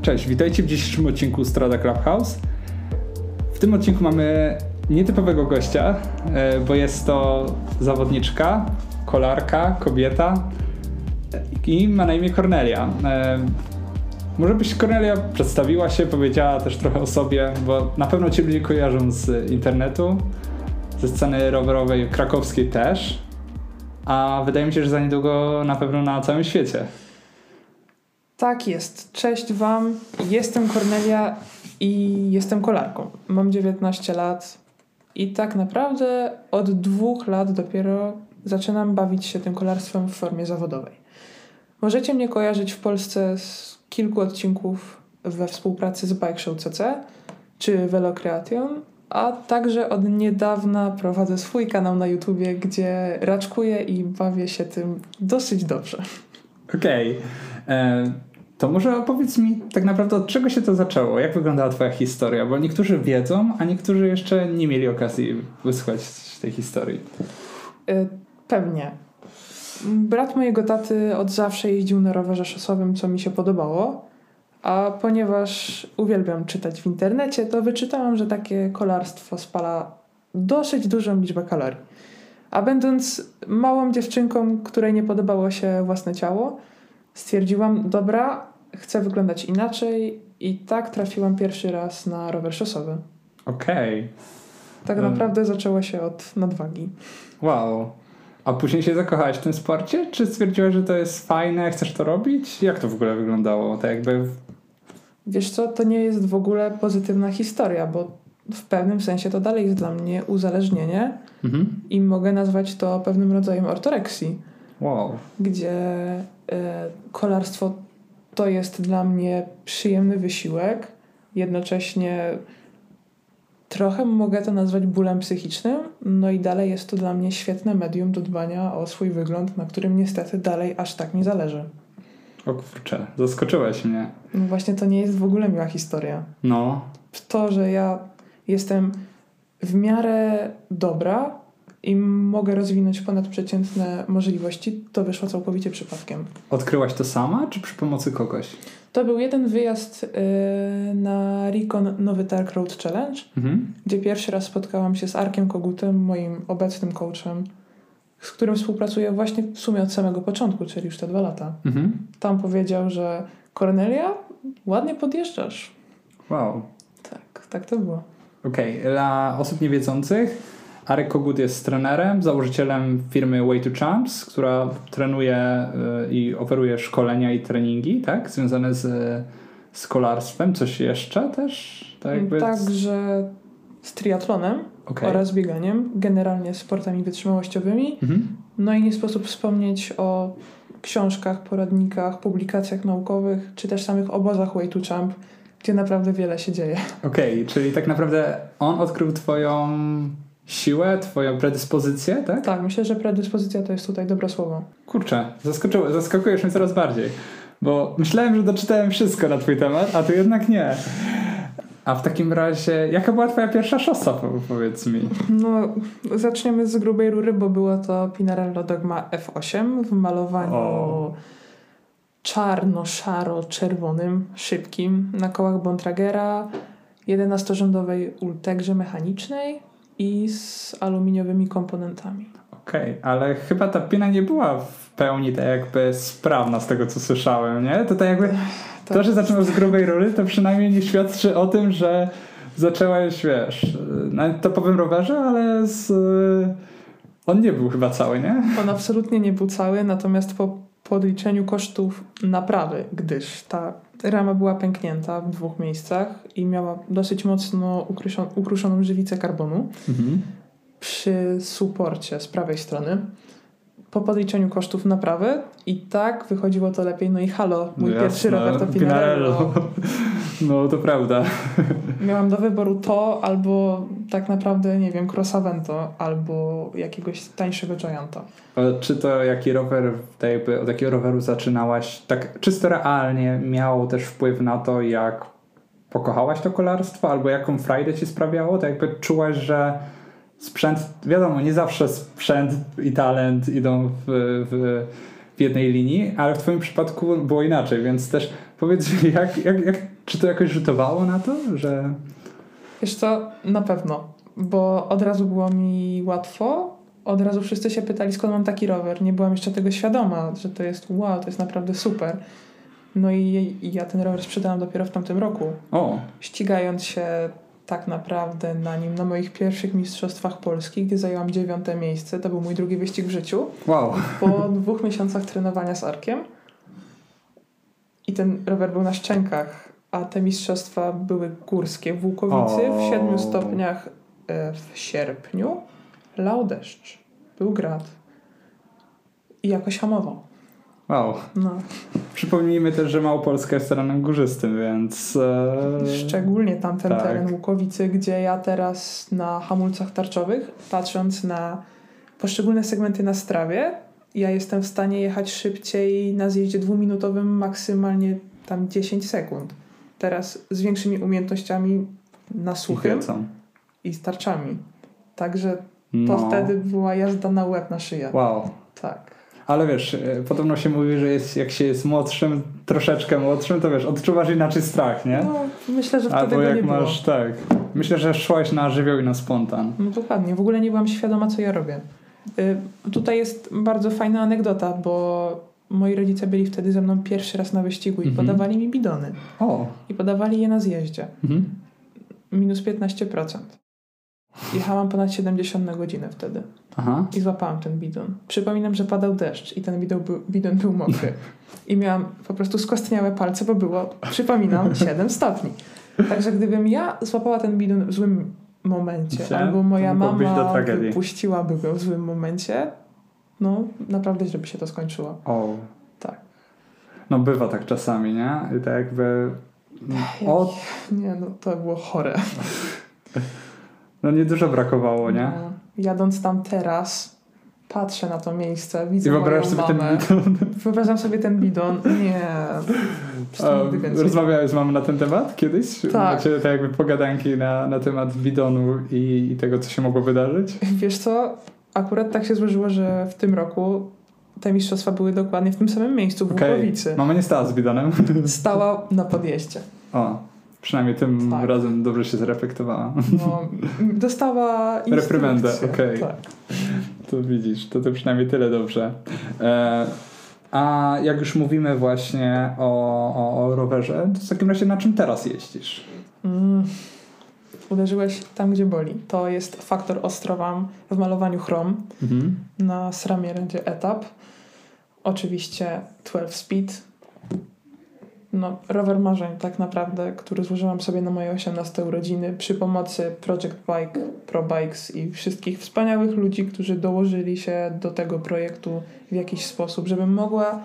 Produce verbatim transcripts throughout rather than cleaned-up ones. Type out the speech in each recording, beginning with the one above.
Cześć, witajcie w dzisiejszym odcinku Strada Clubhouse. W tym odcinku mamy nietypowego gościa, bo jest to zawodniczka, kolarka, kobieta i ma na imię Kornelia. Może byś, Kornelia, przedstawiła się, powiedziała też trochę o sobie, bo na pewno cię ludzie kojarzą z internetu, ze sceny rowerowej krakowskiej też, a wydaje mi się, że za niedługo na pewno na całym świecie. Tak jest. Cześć wam. Jestem Kornelia i jestem kolarką. Mam dziewiętnaście lat i tak naprawdę od dwóch lat dopiero zaczynam bawić się tym kolarstwem w formie zawodowej. Możecie mnie kojarzyć w Polsce z kilku odcinków we współpracy z Bike Show C C czy Velocreation, a także od niedawna prowadzę swój kanał na YouTubie, gdzie raczkuję i bawię się tym dosyć dobrze. Okej. Okay. To może opowiedz mi tak naprawdę, od czego się to zaczęło? Jak wyglądała twoja historia? Bo niektórzy wiedzą, a niektórzy jeszcze nie mieli okazji wysłuchać tej historii. Pewnie. Brat mojego taty od zawsze jeździł na rowerze szosowym, co mi się podobało, a ponieważ uwielbiam czytać w internecie, to wyczytałam, że takie kolarstwo spala dosyć dużą liczbę kalorii. A będąc małą dziewczynką, której nie podobało się własne ciało, stwierdziłam, dobra, chcę wyglądać inaczej i tak trafiłam pierwszy raz na rower szosowy. Okej. Okay. Tak um. naprawdę zaczęło się od nadwagi. Wow. A później się zakochałaś w tym sporcie? Czy stwierdziłaś, że to jest fajne, chcesz to robić? Jak to w ogóle wyglądało? Tak jakby... Wiesz co, to nie jest w ogóle pozytywna historia, bo w pewnym sensie to dalej jest dla mnie uzależnienie mhm. i mogę nazwać to pewnym rodzajem ortoreksji. Wow. Gdzie y, kolarstwo to jest dla mnie przyjemny wysiłek, jednocześnie trochę mogę to nazwać bólem psychicznym, no i dalej jest to dla mnie świetne medium do dbania o swój wygląd, na którym niestety dalej aż tak mi zależy. O kurczę, zaskoczyłeś mnie. No właśnie to nie jest w ogóle miła historia. No. To, że ja jestem w miarę dobra i mogę rozwinąć ponadprzeciętne możliwości, to wyszło całkowicie przypadkiem. Odkryłaś to sama, czy przy pomocy kogoś? To był jeden wyjazd yy, na Recon Nowy Targ Road Challenge, mhm. gdzie pierwszy raz spotkałam się z Arkiem Kogutem, moim obecnym coachem, z którym współpracuję właśnie w sumie od samego początku, czyli już te dwa lata. Mhm. Tam powiedział, że Kornelia, ładnie podjeżdżasz. Wow. Tak, tak to było. Okej, okay. Dla osób niewiedzących, Arek Kogut jest trenerem, założycielem firmy Way to Champs, która trenuje y, i oferuje szkolenia i treningi, tak? Związane z, z kolarstwem. Coś jeszcze też? Tak jakby... Także z triatlonem okay. oraz bieganiem, generalnie sportami wytrzymałościowymi. Mhm. No i nie sposób wspomnieć o książkach, poradnikach, publikacjach naukowych, czy też samych obozach Way to Champ, gdzie naprawdę wiele się dzieje. Okej, okay, czyli tak naprawdę on odkrył twoją siłę, twoją predyspozycję, tak? Tak, myślę, że predyspozycja to jest tutaj dobre słowo. Kurczę, zaskoczyło, zaskakujesz mnie coraz bardziej, bo myślałem, że doczytałem wszystko na twój temat, a tu jednak nie. A w takim razie, jaka była twoja pierwsza szosa, powiedz mi? No, zaczniemy z grubej rury, bo było to Pinarello Dogma F osiem w malowaniu o. czarno-szaro-czerwonym, szybkim, na kołach Bontragera, jedenastorzędowej Ultegrze mechanicznej i z aluminiowymi komponentami. Okej, okay, ale chyba ta pina nie była w pełni tak jakby sprawna z tego, co słyszałem, nie? To tak jakby to, to że zaczynasz z grubej rury, to przynajmniej nie świadczy o tym, że zaczęłaś, wiesz, na topowym rowerze, ale z... on nie był chyba cały, nie? On absolutnie nie był cały, natomiast po podliczeniu kosztów naprawy, gdyż ta rama była pęknięta w dwóch miejscach i miała dosyć mocno ukruszoną, ukruszoną żywicę karbonu mhm. przy suporcie z prawej strony. Po podliczeniu kosztów naprawy i tak wychodziło to lepiej. No i halo, mój no pierwszy jasne. rower to Pinarello. Pinarello. No to prawda. Miałam do wyboru to albo tak naprawdę, nie wiem, Crossavento albo jakiegoś tańszego Gianta. A czy to jaki rower, jakby od jakiego roweru zaczynałaś, tak czysto realnie miało też wpływ na to, jak pokochałaś to kolarstwo albo jaką frajdę ci sprawiało? To jakby czułaś, że sprzęt, wiadomo, nie zawsze sprzęt i talent idą w, w w jednej linii, ale w twoim przypadku było inaczej, więc też powiedz mi, jak, jak, jak, czy to jakoś rzutowało na to, że... Wiesz co, na pewno, bo od razu było mi łatwo, od razu wszyscy się pytali, skąd mam taki rower. Nie byłam jeszcze tego świadoma, że to jest wow, to jest naprawdę super. No i, i ja ten rower sprzedałam dopiero w tamtym roku. O. Ścigając się tak naprawdę na nim na moich pierwszych mistrzostwach Polski, gdzie zajęłam dziewiąte miejsce. To był mój drugi wyścig w życiu. Wow. Po dwóch miesiącach trenowania z Arkiem. I ten rower był na szczękach, a te mistrzostwa były górskie w Łukowicy o. w siedmiu stopniach w sierpniu. Lał deszcz. Był grad. I jakoś hamował. Wow. No. Przypomnijmy też, że Małopolska jest terenem górzystym, więc... E... Szczególnie tamten tak. teren Łukowicy, gdzie ja teraz na hamulcach tarczowych, patrząc na poszczególne segmenty na strawie, ja jestem w stanie jechać szybciej na zjeździe dwuminutowym maksymalnie tam dziesięć sekund. Teraz z większymi umiejętnościami na suchym i, i z tarczami. Także to no. wtedy była jazda na łeb, na szyję. Wow. Tak. Ale wiesz, podobno się mówi, że jest, jak się jest młodszym, troszeczkę młodszym, to wiesz, odczuwasz inaczej strach, nie? No, myślę, że wtedy Albo go jak nie masz, było. tak. Myślę, że szłaś na żywioł i na spontan. No dokładnie. W ogóle nie byłam świadoma, co ja robię. Y, tutaj jest bardzo fajna anegdota, bo moi rodzice byli wtedy ze mną pierwszy raz na wyścigu i mhm. podawali mi bidony. O. I podawali je na zjeździe. Mhm. Minus piętnaście procent. Jechałam ponad siedemdziesiąt na godzinę wtedy. Aha. I złapałam ten bidon. Przypominam, że padał deszcz i ten bidon był, bidon był mokry. I miałam po prostu skostniałe palce, bo było, przypominam, siedem stopni. Także gdybym ja złapała ten bidon w złym momencie, Chce? albo moja mama do wypuściłaby go w złym momencie, no naprawdę źle by się to skończyło. O. Tak. No bywa tak czasami, nie? I tak jakby... O... Nie, no to było chore. No niedużo brakowało, nie? No, jadąc tam teraz, patrzę na to miejsce, widzę I moją sobie mamę. ten bidon. Wyobrażam sobie ten bidon. Nie. Um, rozmawiałeś z mamą na ten temat kiedyś? Tak. Macie tak jakby pogadanki na, na temat bidonu i, i tego, co się mogło wydarzyć? Wiesz co? Akurat tak się złożyło, że w tym roku te mistrzostwa były dokładnie w tym samym miejscu, w okay. Łukowicy. Mama nie stała z bidonem? Stała na podjeździe. O. Przynajmniej tym tak. razem dobrze się zreflektowała. No, dostała instrukcję. Reprymendę, okej. Okay. Tak. To widzisz, to, to przynajmniej tyle dobrze. E, a jak już mówimy właśnie o, o, o rowerze, to w takim razie na czym teraz jeździsz? Mm. Uderzyłeś tam, gdzie boli. To jest Faktor Ostrowam w malowaniu chrom. Mhm. Na SRAMie będzie etap. Oczywiście dwanaście Speed. No, rower marzeń tak naprawdę, który złożyłam sobie na moje osiemnaste urodziny przy pomocy Project Bike, Pro Bikes i wszystkich wspaniałych ludzi, którzy dołożyli się do tego projektu w jakiś sposób, żebym mogła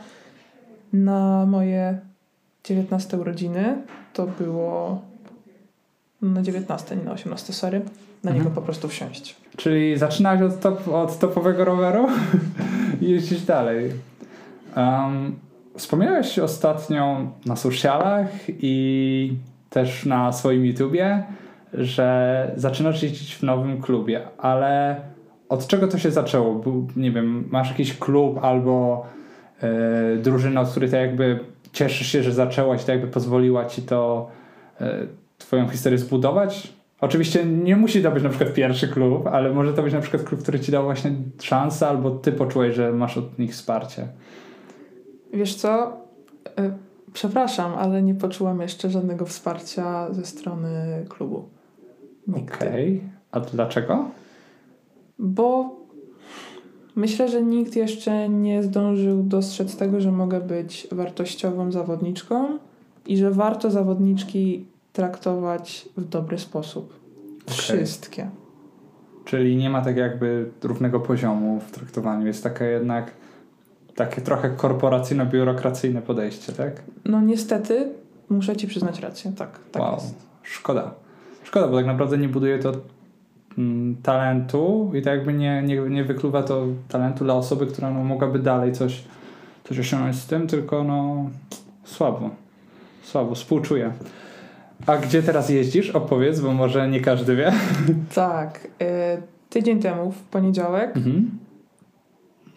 na moje dziewiętnaste urodziny, to było na dziewiętnaste, nie na osiemnaste, sorry, na niego mhm. po prostu wsiąść. Czyli zaczynałeś od, top, od topowego roweru i jeździć dalej. Um, Wspomniałeś ostatnio na socialach i też na swoim YouTubie, że zaczynasz jeździć w nowym klubie, ale od czego to się zaczęło? Był, nie wiem, masz jakiś klub albo yy, drużynę, od której to jakby cieszysz się, że zaczęłaś, to jakby pozwoliła ci to yy, twoją historię zbudować? Oczywiście nie musi to być na przykład pierwszy klub, ale może to być na przykład klub, który ci dał właśnie szansę, albo ty poczułeś, że masz od nich wsparcie. Wiesz co? Yy, przepraszam, ale nie poczułam jeszcze żadnego wsparcia ze strony klubu. Okej. Okay. A dlaczego? Bo myślę, że nikt jeszcze nie zdążył dostrzec tego, że mogę być wartościową zawodniczką i że warto zawodniczki traktować w dobry sposób. Okay. Wszystkie. Czyli nie ma tak jakby równego poziomu w traktowaniu. Jest taka jednak takie trochę korporacyjno-biurokracyjne podejście, tak? No niestety muszę ci przyznać rację. Tak, tak wow. jest. Szkoda. Szkoda, bo tak naprawdę nie buduje to mm, talentu i tak jakby nie, nie, nie wykluwa to talentu dla osoby, która no, mogłaby dalej coś, coś osiągnąć z tym, tylko no słabo. Słabo, współczuję. A gdzie teraz jeździsz? Opowiedz, bo może nie każdy wie. Tak. Y, tydzień temu, w poniedziałek, mhm.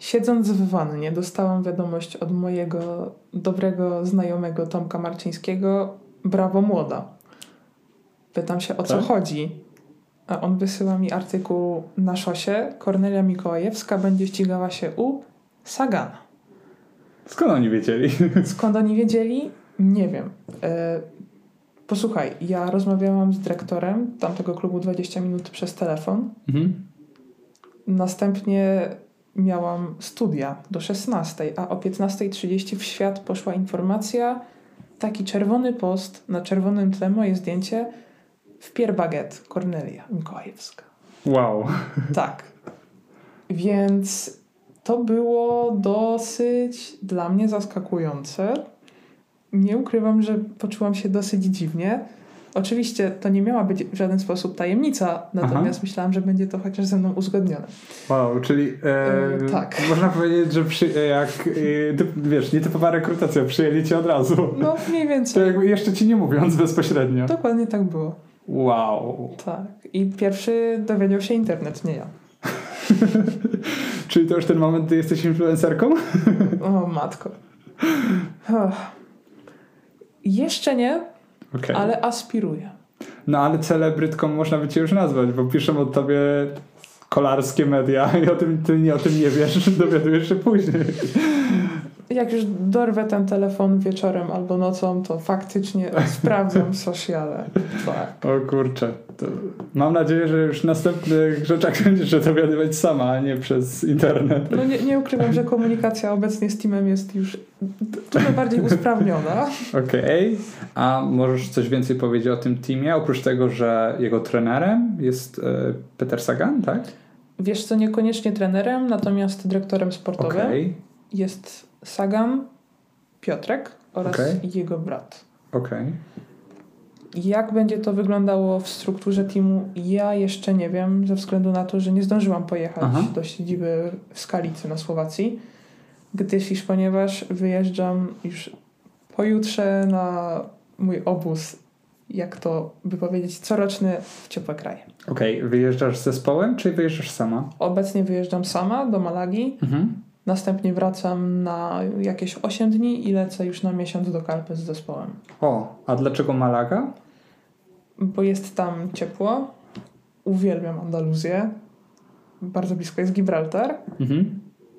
siedząc w wannie dostałam wiadomość od mojego dobrego znajomego Tomka Marczyńskiego: brawo młoda. Pytam się, o co tak? chodzi. A on wysyła mi artykuł na szosie: Kornelia Mikołajewska będzie ścigała się u Sagana. Skąd oni wiedzieli? Skąd oni wiedzieli? Nie wiem. E, posłuchaj, ja rozmawiałam z dyrektorem tamtego klubu dwadzieścia minut przez telefon. Mhm. Następnie miałam studia do szesnastej, a o piętnasta trzydzieści w świat poszła informacja, taki czerwony post, na czerwonym tle moje zdjęcie, w Pierre Baguette, Kornelia Mikołajewska. Wow. Tak. Więc to było dosyć dla mnie zaskakujące. Nie ukrywam, że poczułam się dosyć dziwnie. Oczywiście to nie miała być w żaden sposób tajemnica, natomiast Aha. myślałam, że będzie to chociaż ze mną uzgodnione. Wow, czyli e, e, tak. Można powiedzieć, że przy, jak e, ty, wiesz, nietypowa rekrutacja, przyjęli cię od razu. No mniej więcej. To jakby jeszcze ci nie mówiąc bezpośrednio. Dokładnie tak było. Wow. Tak. I pierwszy dowiedział się internet, nie ja. Czyli to już ten moment, gdy jesteś influencerką? O matko. Oh. Jeszcze nie, okay. ale aspiruję. No ale celebrytką można by cię już nazwać, bo piszą o tobie kolarskie media i o tym, ty nie, o tym nie wiesz, dowiadujesz się później. Jak już dorwę ten telefon wieczorem albo nocą, to faktycznie sprawdzam sociale. Tak. O kurczę. To mam nadzieję, że już w następnych rzeczach będziesz się dowiadywać sama, a nie przez internet. No nie, nie ukrywam, że komunikacja obecnie z teamem jest już trochę bardziej usprawniona. Okej. Okay. A możesz coś więcej powiedzieć o tym teamie? Oprócz tego, że jego trenerem jest e, Peter Sagan, tak? Wiesz co, niekoniecznie trenerem, natomiast dyrektorem sportowym okay. jest Sagan, Piotrek oraz okay. jego brat. Okej. Okay. Jak będzie to wyglądało w strukturze teamu, ja jeszcze nie wiem, ze względu na to, że nie zdążyłam pojechać Aha. do siedziby w Skalicy na Słowacji, gdyż iż ponieważ wyjeżdżam już pojutrze na mój obóz, jak to by powiedzieć, coroczny w ciepłe kraje. Okej, okay. Wyjeżdżasz z zespołem, czy wyjeżdżasz sama? Obecnie wyjeżdżam sama do Malagi. Mhm. Następnie wracam na jakieś osiem dni i lecę już na miesiąc do Kalpy z zespołem. O, a dlaczego Malaga? Bo jest tam ciepło. Uwielbiam Andaluzję. Bardzo blisko jest Gibraltar. Mhm.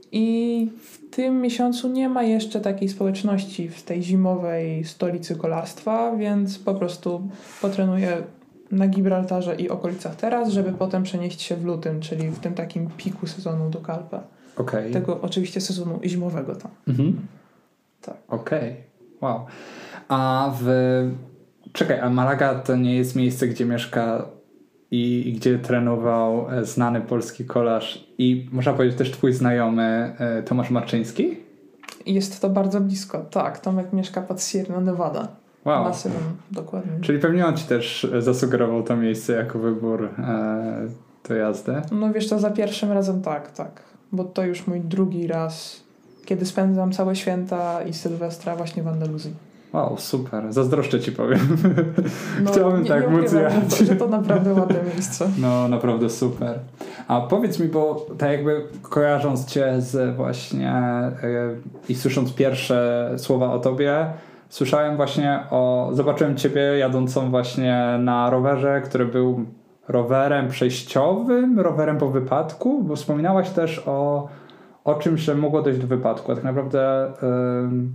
I w tym miesiącu nie ma jeszcze takiej społeczności w tej zimowej stolicy kolarstwa, więc po prostu potrenuję na Gibraltarze i okolicach teraz, żeby potem przenieść się w lutym, czyli w tym takim piku sezonu do Kalpy. Okay. Tego oczywiście sezonu zimowego tam. Mhm. Tak. Okej. Okay. Wow. A w... Czekaj, a Malaga to nie jest miejsce, gdzie mieszka i, i gdzie trenował znany polski kolarz i można powiedzieć też twój znajomy Tomasz Marczyński? Jest to bardzo blisko. Tak, Tomek mieszka pod Sierra Nevada. Wow. Masywem, dokładnie. Czyli pewnie on ci też zasugerował to miejsce jako wybór e, do jazdy? No wiesz co, za pierwszym razem tak, tak. Bo to już mój drugi raz, kiedy spędzam całe święta i Sylwestra właśnie w Andaluzji. Wow, super. Zazdroszczę ci powiem. No, Chciałbym nie, tak nie móc jechać. Że to, że to naprawdę ładne miejsce. No, naprawdę super. A powiedz mi, bo tak jakby kojarząc cię z właśnie yy, i słysząc pierwsze słowa o tobie, słyszałem właśnie o... Zobaczyłem ciebie jadącą właśnie na rowerze, który był rowerem przejściowym, rowerem po wypadku, bo wspominałaś też o, o czymś, że mogło dojść do wypadku. A tak naprawdę yy,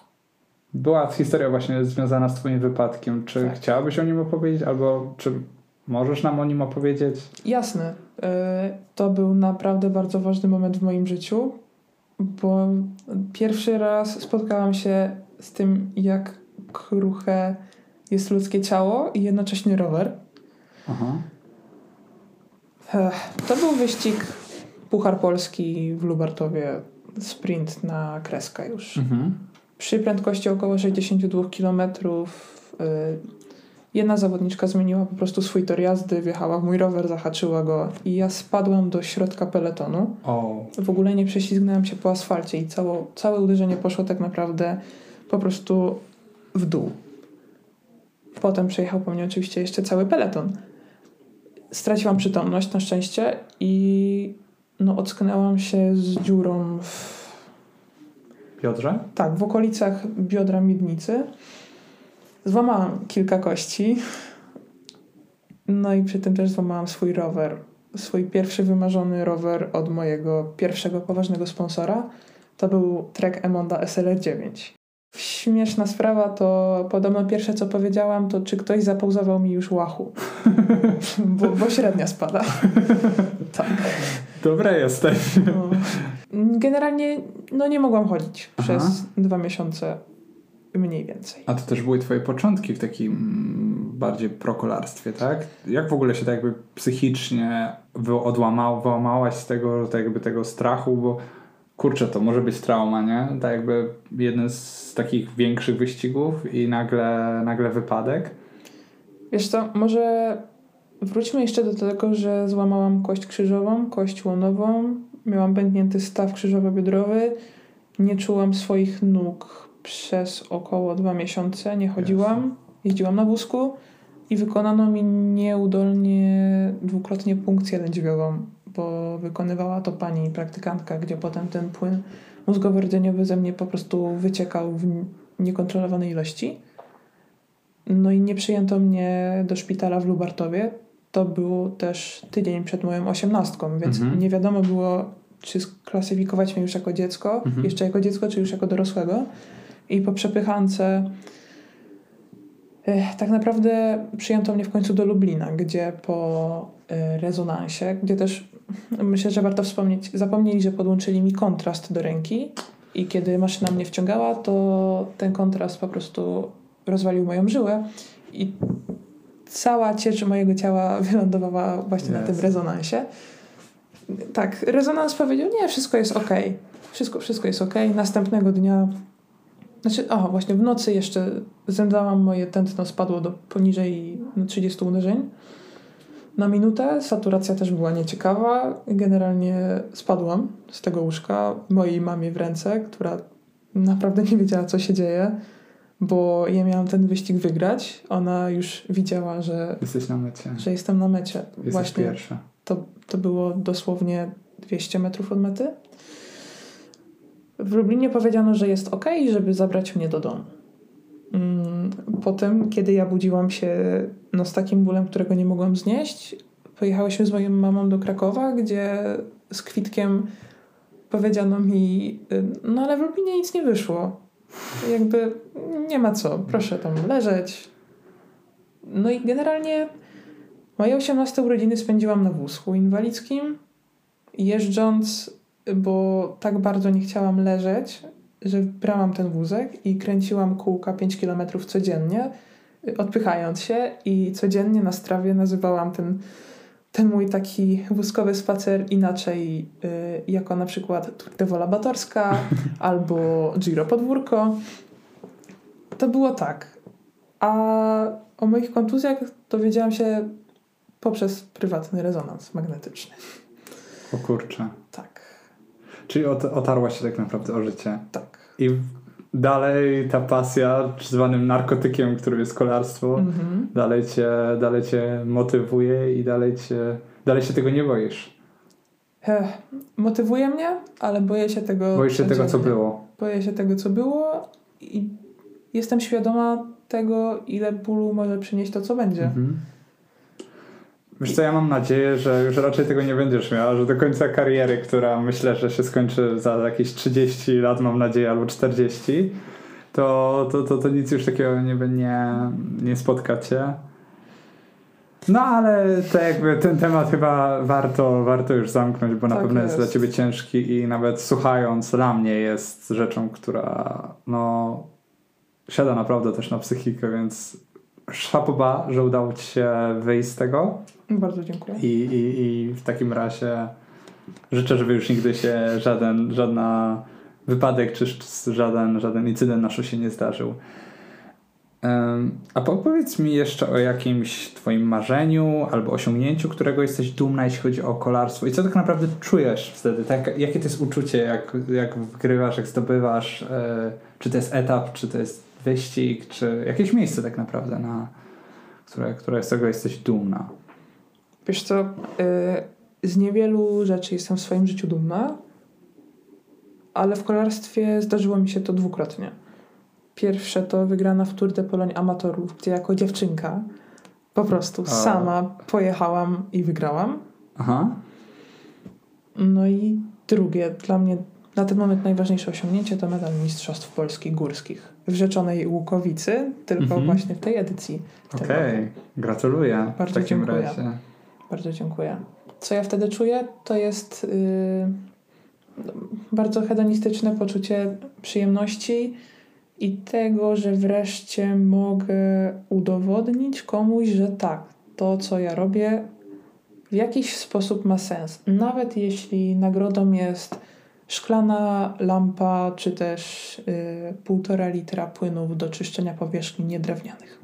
była historia właśnie związana z twoim wypadkiem. Czy tak. chciałabyś o nim opowiedzieć? Albo czy możesz nam o nim opowiedzieć? Jasne. Yy, to był naprawdę bardzo ważny moment w moim życiu, bo pierwszy raz spotkałam się z tym, jak kruche jest ludzkie ciało i jednocześnie rower. Aha. To był wyścig Puchar Polski w Lubartowie, sprint na kreskę już. Mhm. Przy prędkości około sześćdziesiąt dwa kilometrów jedna zawodniczka zmieniła po prostu swój tor jazdy, wjechała w mój rower, zahaczyła go i ja spadłam do środka peletonu. Oh. W ogóle nie prześlizgnęłam się po asfalcie i cało, całe uderzenie poszło tak naprawdę po prostu w dół. Potem przejechał po mnie oczywiście jeszcze cały peleton. Straciłam przytomność na szczęście i no ocknęłam się z dziurą w... Biodrze? Tak, w okolicach biodra miednicy. Złamałam kilka kości. No i przy tym też złamałam swój rower. Swój pierwszy wymarzony rower od mojego pierwszego poważnego sponsora. To był Trek Emonda S L R dziewięć. Śmieszna sprawa to podobno pierwsze co powiedziałam to czy ktoś zapauzował mi już łachu. bo, bo średnia spada. Tak. Dobre jesteś. No. Generalnie no nie mogłam chodzić Aha. przez dwa miesiące mniej więcej. A to też były twoje początki w takim bardziej prokolarstwie, tak? Jak w ogóle się tak jakby psychicznie odłamał, wyłamałaś z tego, tak jakby tego strachu, bo kurczę, to może być trauma, nie? Tak jakby jeden z takich większych wyścigów i nagle, nagle wypadek. Wiesz co, może wróćmy jeszcze do tego, że złamałam kość krzyżową, kość łonową, miałam pęknięty staw krzyżowo-biodrowy, nie czułam swoich nóg przez około dwa miesiące, nie chodziłam, jeździłam na wózku i wykonano mi nieudolnie dwukrotnie punkcję lędźwiową, bo wykonywała to pani praktykantka, gdzie potem ten płyn mózgowo-rdzeniowy ze mnie po prostu wyciekał w niekontrolowanej ilości. No i nie przyjęto mnie do szpitala w Lubartowie. To był też tydzień przed moją osiemnastką, więc mhm. nie wiadomo było, czy sklasyfikować mnie już jako dziecko, mhm. jeszcze jako dziecko, czy już jako dorosłego. I po przepychance eh, tak naprawdę przyjęto mnie w końcu do Lublina, gdzie po eh, rezonansie, gdzie też myślę, że warto wspomnieć, zapomnieli, że podłączyli mi kontrast do ręki i kiedy maszyna mnie wciągała, to ten kontrast po prostu rozwalił moją żyłę i cała ciecz mojego ciała wylądowała właśnie yes. na tym rezonansie. Tak, rezonans powiedział, nie, wszystko jest okej. Okay. Wszystko, wszystko jest okej. Okay. Następnego dnia, znaczy, o, właśnie w nocy jeszcze zemdlałam, moje tętno spadło do poniżej trzydziestu uderzeń na minutę. Saturacja też była nieciekawa. Generalnie spadłam z tego łóżka mojej mamie w ręce, która naprawdę nie wiedziała, co się dzieje, bo ja miałam ten wyścig wygrać. Ona już widziała, że jesteś na mecie. Że jestem na mecie. Jesteś właśnie pierwsza. To, to było dosłownie dwieście metrów od mety. W Lublinie powiedziano, że jest okej, okay, żeby zabrać mnie do domu. Potem, kiedy ja budziłam się no, z takim bólem, którego nie mogłam znieść, pojechałyśmy z moją mamą do Krakowa, gdzie z kwitkiem powiedziano mi, no ale w Lublinie nic nie wyszło. Jakby nie ma co, proszę tam leżeć. No i generalnie moje osiemnaste urodziny spędziłam na wózku inwalidzkim, jeżdżąc, bo tak bardzo nie chciałam leżeć, że brałam ten wózek i kręciłam kółka pięć kilometrów codziennie, odpychając się i codziennie na strawie nazywałam ten, ten mój taki wózkowy spacer inaczej, yy, jako na przykład Tour de Wola Batorska albo Giro Podwórko. To było tak. A o moich kontuzjach dowiedziałam się poprzez prywatny rezonans magnetyczny. O kurczę. Tak. Czyli ot- otarła się tak naprawdę o życie. Tak. I dalej ta pasja zwanym narkotykiem, którym jest kolarstwo, mm-hmm. dalej cię, dalej cię motywuje i dalej cię, dalej się tego nie boisz. Ech, motywuje mnie, ale boję się tego... Boisz się tego, co było. Boję się tego, co było i jestem świadoma tego, ile bólu może przynieść to, co będzie. Mm-hmm. Wiesz co, ja mam nadzieję, że, że raczej tego nie będziesz miała, że do końca kariery, która myślę, że się skończy za jakieś trzydzieści lat, mam nadzieję, albo czterdzieści, to, to, to, to nic już takiego nie, nie, nie spotka cię. No ale to jakby ten temat chyba warto, warto już zamknąć, bo na tak pewno jest. jest dla ciebie ciężki i nawet słuchając dla mnie jest rzeczą, która no siada naprawdę też na psychikę, więc szapoba, że udało ci się wyjść z tego. Bardzo dziękuję. I, i, i w takim razie życzę, żeby już nigdy się żaden żadna wypadek czy żaden, żaden incydent nasz się nie zdarzył. Um, a powiedz mi jeszcze o jakimś twoim marzeniu albo osiągnięciu, którego jesteś dumna, jeśli chodzi o kolarstwo i co tak naprawdę czujesz wtedy? Tak, jakie to jest uczucie, jak, jak wygrywasz, jak zdobywasz, e, czy to jest etap, czy to jest wyścig, czy jakieś miejsce tak naprawdę, na które, które z tego jesteś dumna? Wiesz co, yy, z niewielu rzeczy jestem w swoim życiu dumna, ale w kolarstwie zdarzyło mi się to dwukrotnie. Pierwsze to wygrana w Tour de Pologne amatorów, gdzie jako dziewczynka po prostu A. sama pojechałam i wygrałam. Aha. No i drugie, dla mnie na ten moment najważniejsze osiągnięcie to medal Mistrzostw Polski Górskich w Rzeczonej Łukowicy, tylko Mhm. właśnie w tej edycji. Okej, okay. Gratuluję. Bardzo w takim dziękuję. razie. Bardzo dziękuję. Co ja wtedy czuję, to jest yy, bardzo hedonistyczne poczucie przyjemności i tego, że wreszcie mogę udowodnić komuś, że tak, to co ja robię w jakiś sposób ma sens. Nawet jeśli nagrodą jest szklana lampa, czy też yy, półtora litra płynów do czyszczenia powierzchni niedrewnianych.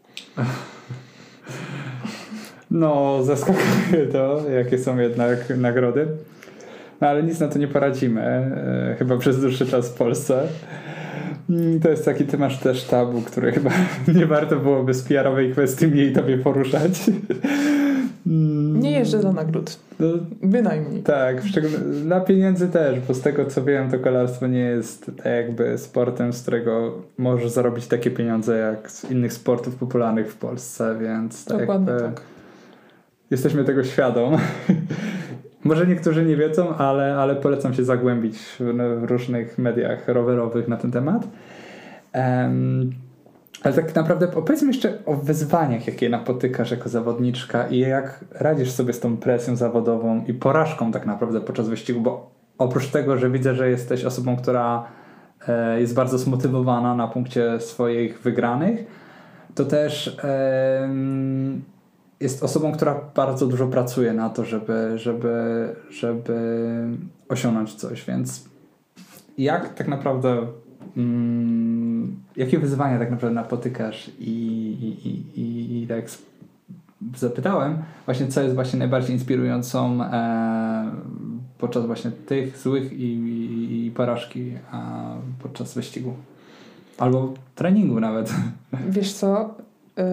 No, zaskakuje to, jakie są jednak nagrody. No ale nic na to nie poradzimy. E, chyba przez dłuższy czas w Polsce. To jest taki, ty masz też tabu, który chyba nie warto byłoby z P R-owej kwestii mniej tobie poruszać. Nie jeżdżę dla nagród. No, bynajmniej. tak, w szczególności dla pieniędzy też, bo z tego co wiem, to kolarstwo nie jest tak jakby sportem, z którego możesz zarobić takie pieniądze jak z innych sportów popularnych w Polsce, więc tak Dokładnie jakby tak. jesteśmy tego świadom. Może niektórzy nie wiedzą, ale, ale polecam się zagłębić w, w różnych mediach rowerowych na ten temat. Um, ale tak naprawdę opowiedz mi jeszcze o wyzwaniach, jakie napotykasz jako zawodniczka i jak radzisz sobie z tą presją zawodową i porażką tak naprawdę podczas wyścigu, bo oprócz tego, że widzę, że jesteś osobą, która e, jest bardzo zmotywowana na punkcie swoich wygranych, to też e, jest osobą, która bardzo dużo pracuje na to, żeby, żeby, żeby osiągnąć coś, więc jak tak naprawdę mm, jakie wyzwania tak naprawdę napotykasz i, i, i, i, i tak zapytałem właśnie, co jest właśnie najbardziej inspirującą e, podczas właśnie tych złych i, i, i porażki a, podczas wyścigu albo treningu nawet. Wiesz co, y-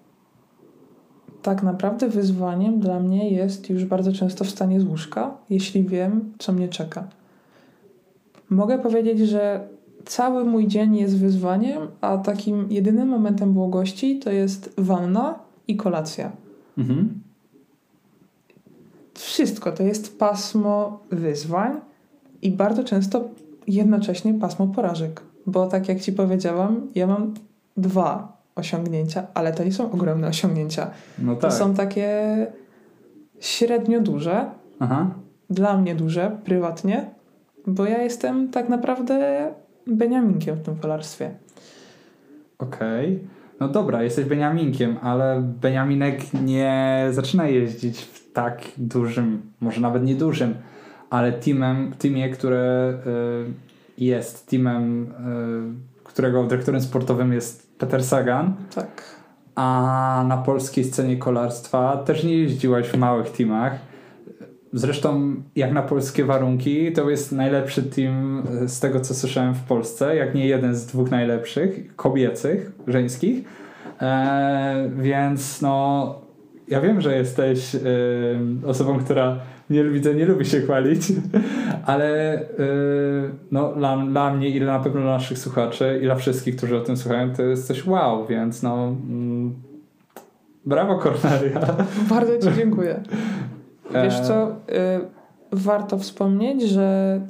tak naprawdę wyzwaniem dla mnie jest już bardzo często wstanie z łóżka, jeśli wiem, co mnie czeka. Mogę powiedzieć, że cały mój dzień jest wyzwaniem, a takim jedynym momentem błogości to jest wanna i kolacja. Mhm. Wszystko to jest pasmo wyzwań i bardzo często jednocześnie pasmo porażek. Bo tak jak ci powiedziałam, ja mam dwa osiągnięcia, ale to nie są ogromne osiągnięcia. No tak. To są takie średnio duże, Aha. dla mnie duże, prywatnie, bo ja jestem tak naprawdę Beniaminkiem w tym kolarstwie. Okej. Okay. No dobra, jesteś Beniaminkiem, ale Beniaminek nie zaczyna jeździć w tak dużym, może nawet nie dużym, ale teamem, teamie, które y, jest teamem, y, którego dyrektorem sportowym jest Peter Sagan. Tak. A na polskiej scenie kolarstwa też nie jeździłaś w małych teamach. Zresztą jak na polskie warunki to jest najlepszy team z tego co słyszałem w Polsce, jak nie jeden z dwóch najlepszych, kobiecych, żeńskich. Eee, więc no ja wiem, że jesteś e, osobą, która nie, widzę, nie lubi się chwalić, ale e, no, dla, dla mnie i na pewno dla naszych słuchaczy i dla wszystkich, którzy o tym słuchają, to jest coś wow, więc no mm, brawo Kornelia. Bardzo ci dziękuję. Wiesz co, y, warto wspomnieć, że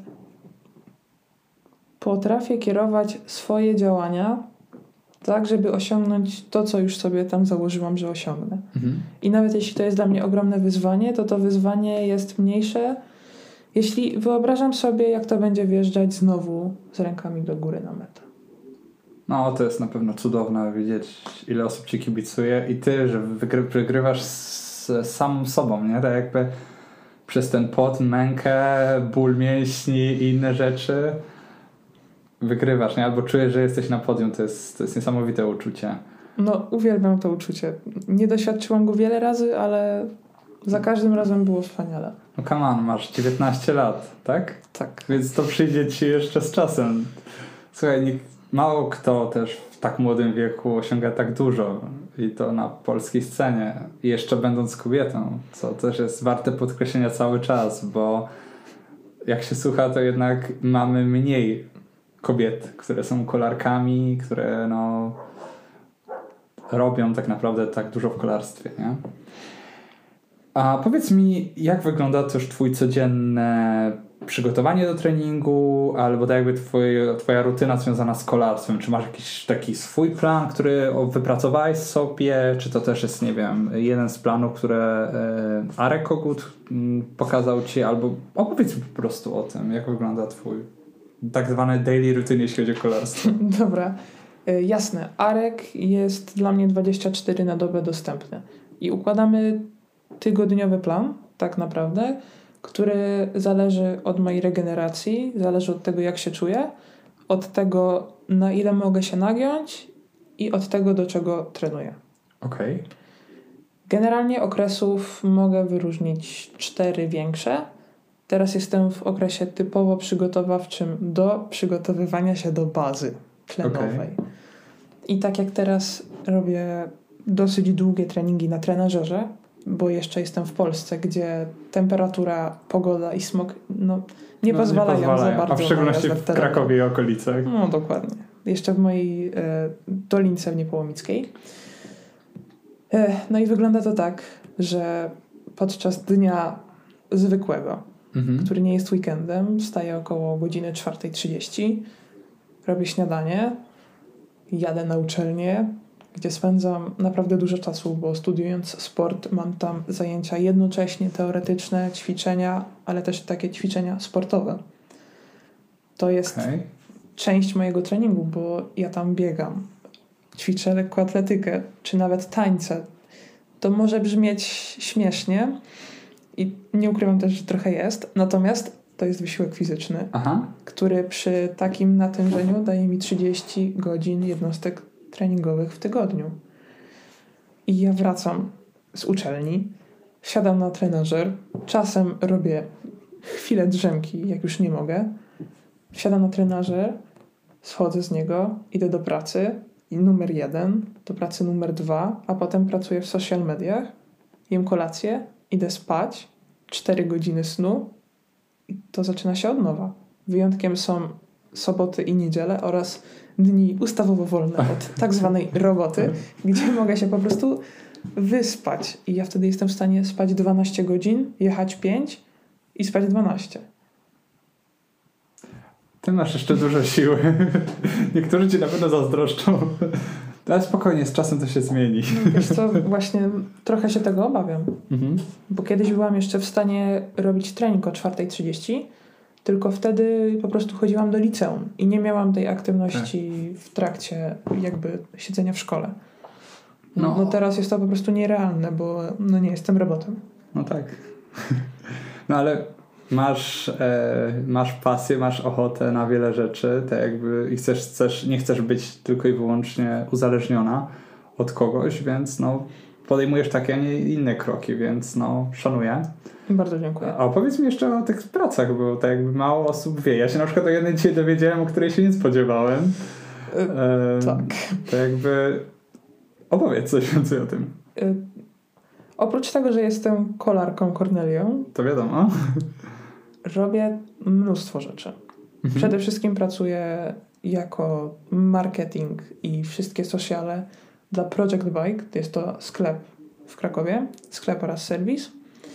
potrafię kierować swoje działania tak, żeby osiągnąć to, co już sobie tam założyłam, że osiągnę. Mhm. I nawet jeśli to jest dla mnie ogromne wyzwanie, to to wyzwanie jest mniejsze, jeśli wyobrażam sobie, jak to będzie wjeżdżać znowu z rękami do góry na metę. No, to jest na pewno cudowne widzieć, ile osób ci kibicuje i ty, że wygry- wygrywasz z samą sobą, nie? Tak jakby przez ten pot, mękę, ból mięśni i inne rzeczy wygrywasz, nie? Albo czujesz, że jesteś na podium. To jest, to jest niesamowite uczucie. No, uwielbiam to uczucie. Nie doświadczyłam go wiele razy, ale za każdym razem było wspaniale. No come on, masz dziewiętnaście lat, tak? Tak. Więc to przyjdzie ci jeszcze z czasem. Słuchaj, nie, mało kto też w tak młodym wieku osiąga tak dużo. i to na polskiej scenie. I jeszcze będąc kobietą, co też jest warte podkreślenia cały czas, bo jak się słucha, to jednak mamy mniej kobiet, które są kolarkami, które no robią tak naprawdę tak dużo w kolarstwie, nie? A powiedz mi, jak wygląda też twój codzienne przygotowanie do treningu, albo tak jakby twoje, twoja rutyna związana z kolarstwem? Czy masz jakiś taki swój plan, który wypracowałeś sobie, czy to też jest, nie wiem, jeden z planów, które y, Arek Kogut y, pokazał ci, albo opowiedz mi po prostu o tym, jak wygląda twój tak zwany daily routine, jeśli chodzi o kolarstwo. Dobra, y, jasne. Arek jest dla mnie dwadzieścia cztery na dobę dostępny i układamy tygodniowy plan, tak naprawdę, który zależy od mojej regeneracji, zależy od tego, jak się czuję, od tego, na ile mogę się nagiąć i od tego, do czego trenuję. Okej. Okay. Generalnie okresów mogę wyróżnić cztery większe. Teraz jestem w okresie typowo przygotowawczym do przygotowywania się do bazy tlenowej. Okay. I tak jak teraz robię dosyć długie treningi na trenażerze, bo jeszcze jestem w Polsce, gdzie temperatura, pogoda i smog no, nie, no, pozwalają nie pozwalają za bardzo. A w szczególności w Krakowie i okolicach. No dokładnie. Jeszcze w mojej e, Dolince w Niepołomickiej. E, no i wygląda to tak, że podczas dnia zwykłego, mhm. który nie jest weekendem, wstaję około godziny czwarta trzydzieści, robię śniadanie, jadę na uczelnię, gdzie spędzam naprawdę dużo czasu, bo studiując sport mam tam zajęcia jednocześnie teoretyczne, ćwiczenia, ale też takie ćwiczenia sportowe. To jest okay. część mojego treningu, bo ja tam biegam, ćwiczę lekkoatletykę, czy nawet tańce. To może brzmieć śmiesznie i nie ukrywam też, że trochę jest, natomiast to jest wysiłek fizyczny, Aha. który przy takim natężeniu daje mi trzydzieści godzin jednostek treningowych w tygodniu. I ja wracam z uczelni, siadam na trenażer, czasem robię chwilę drzemki, jak już nie mogę, siadam na trenażer, schodzę z niego, idę do pracy i numer jeden, do pracy numer dwa, a potem pracuję w social mediach, jem kolację, idę spać, cztery godziny snu i to zaczyna się od nowa. Wyjątkiem są soboty i niedziele oraz dni ustawowo wolne od tak zwanej roboty, gdzie mogę się po prostu wyspać. I ja wtedy jestem w stanie spać dwanaście godzin, jechać pięć i spać dwanaście. Ty masz jeszcze dużo siły. Niektórzy ci na pewno zazdroszczą. Ale spokojnie, z czasem to się zmieni. No, wiesz co, właśnie trochę się tego obawiam. Mhm. Bo kiedyś byłam jeszcze w stanie robić trening o czwarta trzydzieści, tylko wtedy po prostu chodziłam do liceum i nie miałam tej aktywności tak. w trakcie jakby siedzenia w szkole. No, no. no teraz jest to po prostu nierealne, bo no nie jestem robotem. No tak. No ale masz, e, masz pasję, masz ochotę na wiele rzeczy, tak jakby i chcesz, chcesz, nie chcesz być tylko i wyłącznie uzależniona od kogoś, więc no podejmujesz takie, a nie inne kroki, więc no szanuję. Bardzo dziękuję. A opowiedz mi jeszcze o tych pracach, bo tak jakby mało osób wie. Ja się na przykład o jednej dzisiaj dowiedziałem, o której się nie spodziewałem. Yy, ehm, tak. To jakby opowiedz coś więcej o tym. Yy, oprócz tego, że jestem kolarką Kornelią, to wiadomo. Robię mnóstwo rzeczy. Mhm. Przede wszystkim pracuję jako marketing i wszystkie sociale dla Project Bike. Jest to sklep w Krakowie, sklep oraz serwis.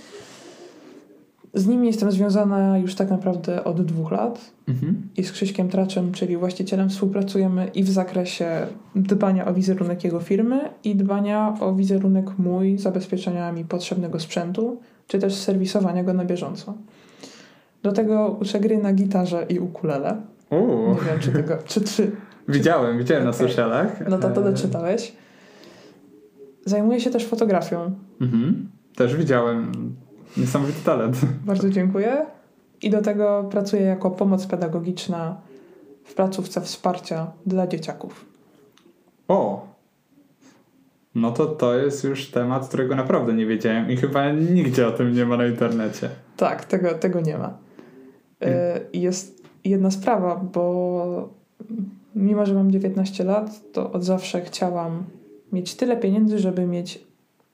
Z nimi jestem związana już tak naprawdę od dwóch lat mhm. i z Krzyśkiem Traczem, czyli właścicielem, współpracujemy i w zakresie dbania o wizerunek jego firmy i dbania o wizerunek mój, zabezpieczenia mi potrzebnego sprzętu, czy też serwisowania go na bieżąco. Do tego uczę gry na gitarze i ukulele. Uuu. Nie wiem, czy tego... Czy, czy, widziałem, czy, widziałem okay. na socialach. No to to doczytałeś. Zajmuję się też fotografią. Mhm. Też widziałem. Niesamowity talent. Bardzo dziękuję. I do tego pracuję jako pomoc pedagogiczna w placówce wsparcia dla dzieciaków. O! No to to jest już temat, którego naprawdę nie wiedziałem i chyba nigdzie o tym nie ma na internecie. Tak, tego, tego nie ma. I jest jedna sprawa, bo mimo, że mam dziewiętnaście lat, to od zawsze chciałam mieć tyle pieniędzy, żeby mieć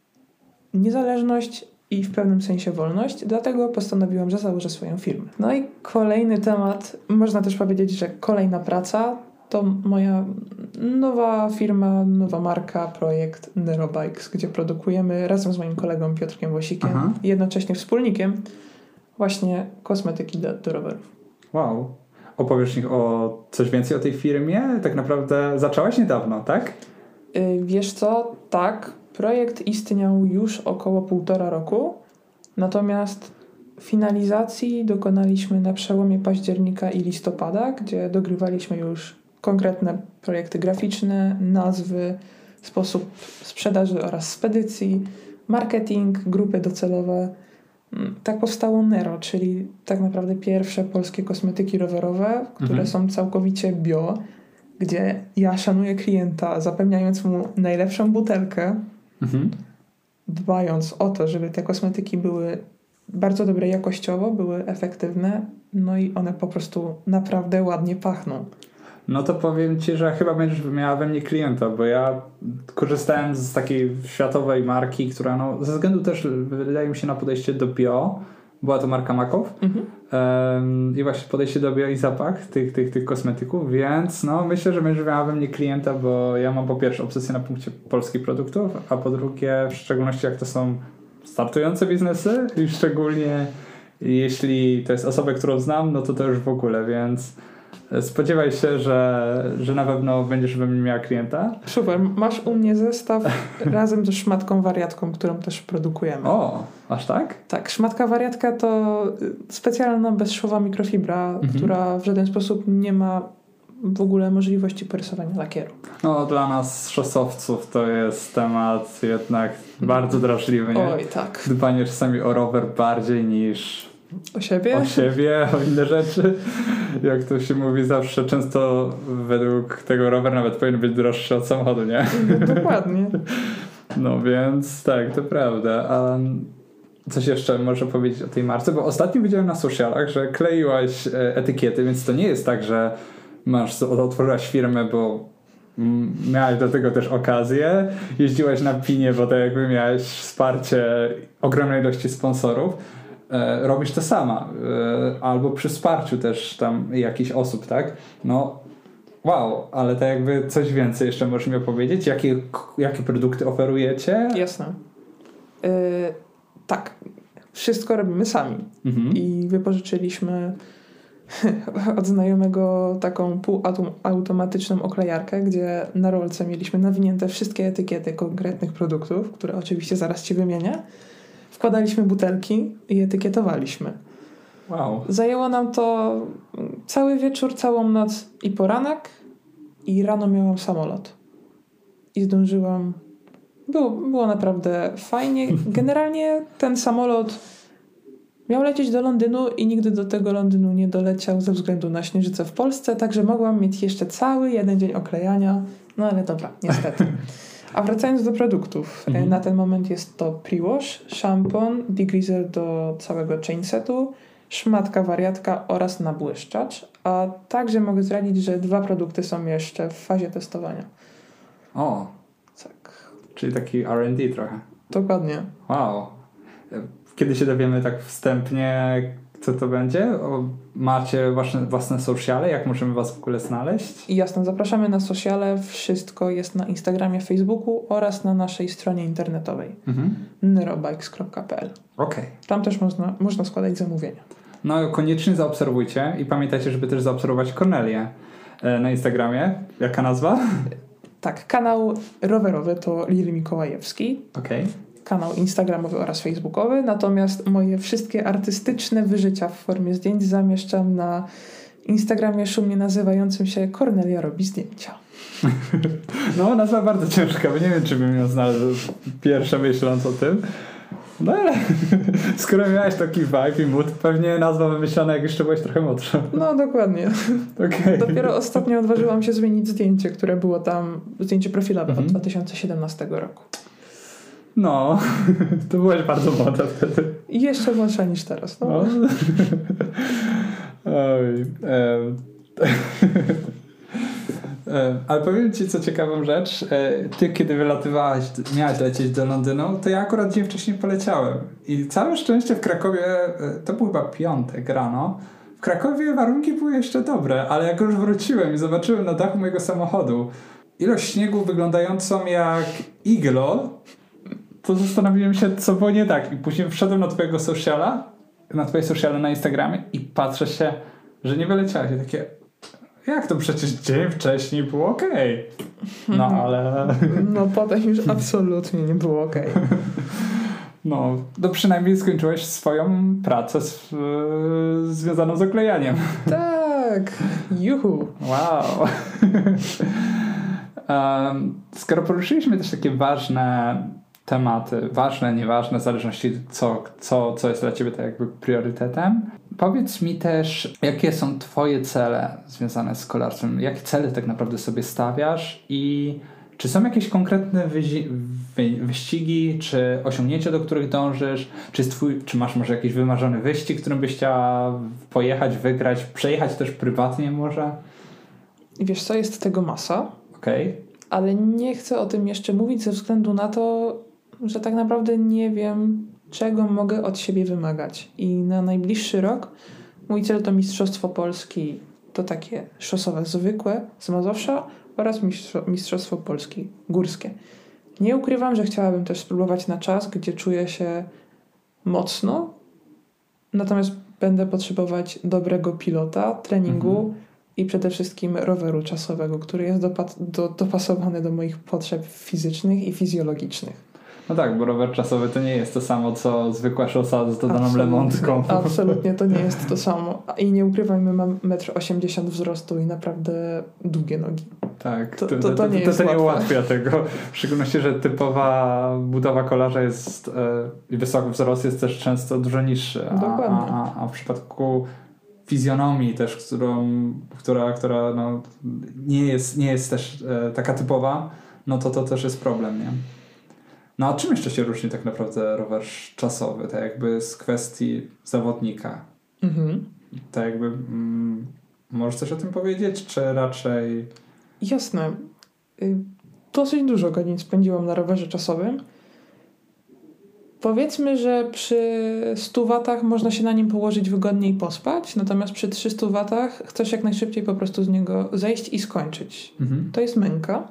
niezależność i w pewnym sensie wolność, dlatego postanowiłam, że założę swoją firmę. No i kolejny temat, można też powiedzieć, że kolejna praca, to moja nowa firma, nowa marka, projekt Nerobikes, gdzie produkujemy razem z moim kolegą Piotrkiem Wosikiem, Aha. jednocześnie wspólnikiem, właśnie kosmetyki do, do rowerów. Wow. Opowiesz mi o coś więcej o tej firmie? Tak naprawdę zaczęłaś niedawno, tak? Yy, wiesz co? Tak, projekt istniał już około półtora roku, natomiast finalizacji dokonaliśmy na przełomie października i listopada, gdzie dogrywaliśmy już konkretne projekty graficzne, nazwy, sposób sprzedaży oraz spedycji, marketing, grupy docelowe. Tak powstało Nero, czyli tak naprawdę pierwsze polskie kosmetyki rowerowe, które mhm. są całkowicie bio, gdzie ja szanuję klienta, zapewniając mu najlepszą butelkę, mhm. dbając o to, żeby te kosmetyki były bardzo dobre jakościowo, były efektywne, no i one po prostu naprawdę ładnie pachną. No to powiem Ci, że chyba będziesz miała we mnie klienta, bo ja korzystałem z takiej światowej marki, która no, ze względu też wydaje mi się na podejście do bio, była to marka Makow mhm. um, i właśnie podejście do bio i zapach tych, tych, tych kosmetyków, więc no myślę, że będziesz miała we mnie klienta, bo ja mam po pierwsze obsesję na punkcie polskich produktów, a po drugie w szczególności jak to są startujące biznesy i szczególnie jeśli to jest osoba, którą znam, no to to już w ogóle, więc spodziewaj się, że, że na pewno będziesz we mnie miała klienta. Super, masz u mnie zestaw razem ze szmatką wariatką, którą też produkujemy. O, aż tak? Tak, szmatka wariatka to specjalna bezszwowa mikrofibra, mhm. która w żaden sposób nie ma w ogóle możliwości porysowania lakieru. No dla nas szosowców to jest temat jednak bardzo drażliwy, nie? Oj, tak. Dbanie czasami o rower bardziej niż o siebie? O siebie, o inne rzeczy. Jak to się mówi zawsze, często według tego rower nawet powinien być droższy od samochodu, nie? No, dokładnie. No więc tak, to prawda. A coś jeszcze może powiedzieć o tej marce? Bo ostatnio widziałem na socialach, że kleiłaś etykiety, więc to nie jest tak, że masz, otworzyłaś firmę, bo miałaś do tego też okazję. Jeździłaś na pinie, bo to jakby miałaś wsparcie ogromnej ilości sponsorów. E, robisz to sama. E, albo przy wsparciu też tam jakichś osób, tak? No wow, ale to jakby coś więcej jeszcze możesz mi opowiedzieć? Jakie, jakie produkty oferujecie? Jasne. Yy, tak. Wszystko robimy sami. Mhm. I wypożyczyliśmy od znajomego taką półautomatyczną oklejarkę, gdzie na rolce mieliśmy nawinięte wszystkie etykiety konkretnych produktów, które oczywiście zaraz Ci wymienię. Wkładaliśmy butelki i etykietowaliśmy. Wow. Zajęło nam to cały wieczór, całą noc i poranek i rano miałam samolot. I zdążyłam. Było, było naprawdę fajnie. Generalnie ten samolot miał lecieć do Londynu i nigdy do tego Londynu nie doleciał ze względu na śnieżycę w Polsce, także mogłam mieć jeszcze cały jeden dzień oklejania. No ale dobra, niestety. A wracając do produktów, mhm. na ten moment jest to pre-wash, szampon, degreaser do całego chainsetu, szmatka wariatka oraz nabłyszczacz, a także mogę zdradzić, że dwa produkty są jeszcze w fazie testowania. O, tak. Czyli taki R and D trochę. Dokładnie. Wow. Kiedy się dowiemy tak wstępnie, co to będzie? O, macie własne, własne sociale? Jak możemy was w ogóle znaleźć? I jasne, zapraszamy na sociale. Wszystko jest na Instagramie, Facebooku oraz na naszej stronie internetowej mhm. nerobikes kropka p l. Okej. Okay. Tam też można, można składać zamówienia. No koniecznie zaobserwujcie i pamiętajcie, żeby też zaobserwować Kornelię na Instagramie. Jaka nazwa? Tak, kanał rowerowy to Lili Mikołajewski. Okej. Okay. Kanał instagramowy oraz facebookowy, natomiast moje wszystkie artystyczne wyżycia w formie zdjęć zamieszczam na Instagramie szumnie nazywającym się Kornelia robi zdjęcia. No, nazwa bardzo ciężka, bo nie wiem, czy bym ją znalazł pierwsze myśląc o tym. No ale skoro miałeś taki vibe i mood, pewnie nazwa wymyślona, jak jeszcze byłeś trochę młodsza. No, dokładnie. Okay. Dopiero ostatnio odważyłam się zmienić zdjęcie, które było tam, zdjęcie profilowe mhm. od dwa tysiące siedemnastego roku. No, to byłeś bardzo młoda wtedy. I jeszcze młodsza niż teraz. No. No. Oj, e, Ale powiem ci co ciekawą rzecz. Ty, kiedy wylatywałaś, miałaś lecieć do Londynu, to ja akurat dzień wcześniej poleciałem. I całe szczęście w Krakowie, to był chyba piątek rano, w Krakowie warunki były jeszcze dobre, ale jak już wróciłem i zobaczyłem na dachu mojego samochodu ilość śniegu wyglądającą jak iglo, to zastanowiłem się, co było nie tak. I później wszedłem na twojego sociala, na twoje sociale na Instagramie i patrzę się, że nie wyleciałeś. I takie, jak to przecież dzień wcześniej było okej. Okay. No ale... No potem już absolutnie nie było okej. Okay. No, to przynajmniej skończyłeś swoją pracę z, yy, związaną z oklejaniem. Tak, juhu. Wow. um, skoro poruszyliśmy też takie ważne tematy, ważne, nieważne, w zależności co, co, co jest dla ciebie tak jakby priorytetem, powiedz mi też, jakie są twoje cele związane z kolarstwem? Jakie cele tak naprawdę sobie stawiasz i czy są jakieś konkretne wyzi- wy- wyścigi, czy osiągnięcia, do których dążysz? Czy, jest twój, czy masz może jakiś wymarzony wyścig, którym byś chciała pojechać, wygrać, przejechać też prywatnie może? Wiesz co, jest tego masa. Okej. Okay. Ale nie chcę o tym jeszcze mówić ze względu na to, że tak naprawdę nie wiem, czego mogę od siebie wymagać. I na najbliższy rok mój cel to Mistrzostwo Polski, to takie szosowe zwykłe z Mazowsza oraz Mistrzostwo Polski górskie. Nie ukrywam, że chciałabym też spróbować na czas, gdzie czuję się mocno, natomiast będę potrzebować dobrego pilota, treningu mhm. i przede wszystkim roweru czasowego, który jest dopa- do, dopasowany do moich potrzeb fizycznych i fizjologicznych. No tak, bo rower czasowy to nie jest to samo, co zwykła szosa z dodaną lemontką. Absolutnie, to nie jest to samo. I nie ukrywajmy, mam metr osiemdziesiąt wzrostu i naprawdę długie nogi. Tak, to, to, to, to, to nie to, jest to nie łatwe. ułatwia tego. W szczególności, że typowa budowa kolarza jest e, i wysoki wzrost jest też często dużo niższy. A, Dokładnie. A, a, a w przypadku fizjonomii też, którą, która, która no, nie, jest, nie jest też e, taka typowa, no to to też jest problem, nie? No a czym jeszcze się różni tak naprawdę rower czasowy? Tak jakby z kwestii zawodnika. Mhm. Tak jakby mm, możesz coś o tym powiedzieć, czy raczej... Jasne. Dosyć dużo godzin spędziłam na rowerze czasowym. Powiedzmy, że przy stu watach można się na nim położyć wygodnie i pospać, natomiast przy trzystu watach chcesz jak najszybciej po prostu z niego zejść i skończyć. Mhm. To jest męka.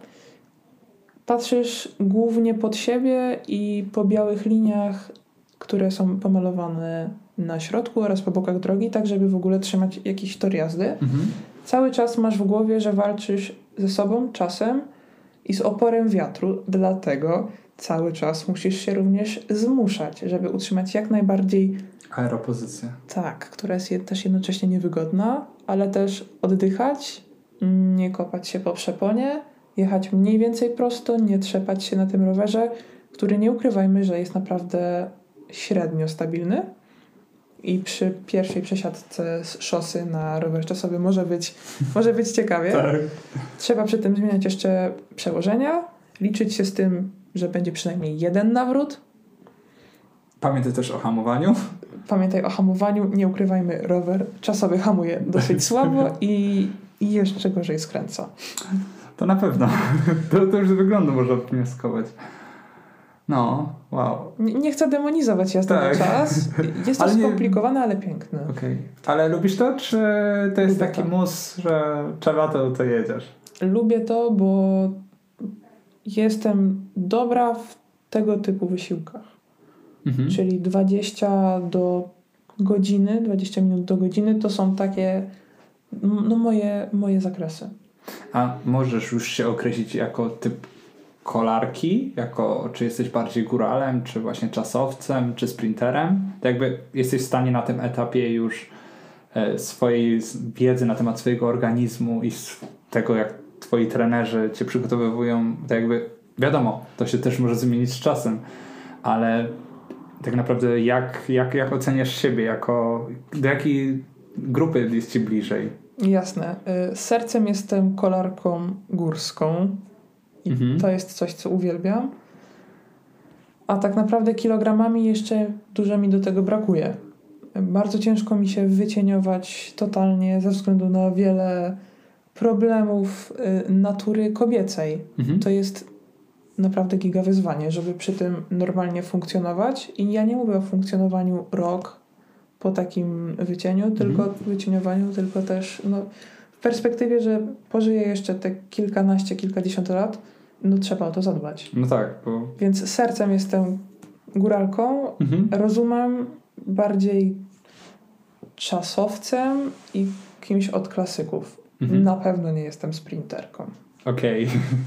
Patrzysz głównie pod siebie i po białych liniach, które są pomalowane na środku oraz po bokach drogi, tak żeby w ogóle trzymać jakiś tor jazdy. Mhm. Cały czas masz w głowie, że walczysz ze sobą, czasem i z oporem wiatru, dlatego cały czas musisz się również zmuszać, żeby utrzymać jak najbardziej aeropozycję. Tak, która jest też jednocześnie niewygodna, ale też oddychać, nie kopać się po przeponie, jechać mniej więcej prosto, nie trzepać się na tym rowerze, który nie ukrywajmy, że jest naprawdę średnio stabilny i przy pierwszej przesiadce z szosy na rower czasowy może być, może być ciekawie. Tak. Trzeba przy tym zmieniać jeszcze przełożenia, liczyć się z tym, że będzie przynajmniej jeden nawrót. Pamiętaj też o hamowaniu. Pamiętaj o hamowaniu, nie ukrywajmy, rower czasowy hamuje dosyć słabo i, i jeszcze gorzej skręca. To na pewno. To, to już z wyglądu można wnioskować. No, wow. Nie, nie chcę demonizować jazdy tak. na czas. Jest to ale skomplikowane, nie... ale piękne. Okej. Okay. Ale lubisz to, czy to jest Lubię taki to. mus, że trzeba to, to jedziesz? Lubię to, bo jestem dobra w tego typu wysiłkach. Mhm. Czyli dwadzieścia do godziny, dwadzieścia minut do godziny to są takie no moje, moje zakresy. A możesz już się określić jako typ kolarki? Jako, czy jesteś bardziej góralem, czy właśnie czasowcem, czy sprinterem? To jakby jesteś w stanie na tym etapie już e, swojej wiedzy na temat swojego organizmu i tego, jak twoi trenerzy cię przygotowywują, to jakby wiadomo, to się też może zmienić z czasem, ale tak naprawdę jak, jak, jak oceniasz siebie? Jako, do jakiej grupy jest ci bliżej? Jasne. Sercem jestem kolarką górską i mhm. to jest coś, co uwielbiam. A tak naprawdę kilogramami jeszcze dużo mi do tego brakuje. Bardzo ciężko mi się wycieniować totalnie ze względu na wiele problemów y, natury kobiecej. Mhm. To jest naprawdę giga wyzwanie, żeby przy tym normalnie funkcjonować. I ja nie mówię o funkcjonowaniu rok po takim wycieniu, tylko Mhm. wycieniowaniu, tylko też no, w perspektywie, że pożyję jeszcze te kilkanaście, kilkadziesiąt lat, no trzeba o to zadbać. No tak, bo... Więc sercem jestem góralką, Mhm. rozumem bardziej czasowcem i kimś od klasyków. Mhm. Na pewno nie jestem sprinterką. Okej.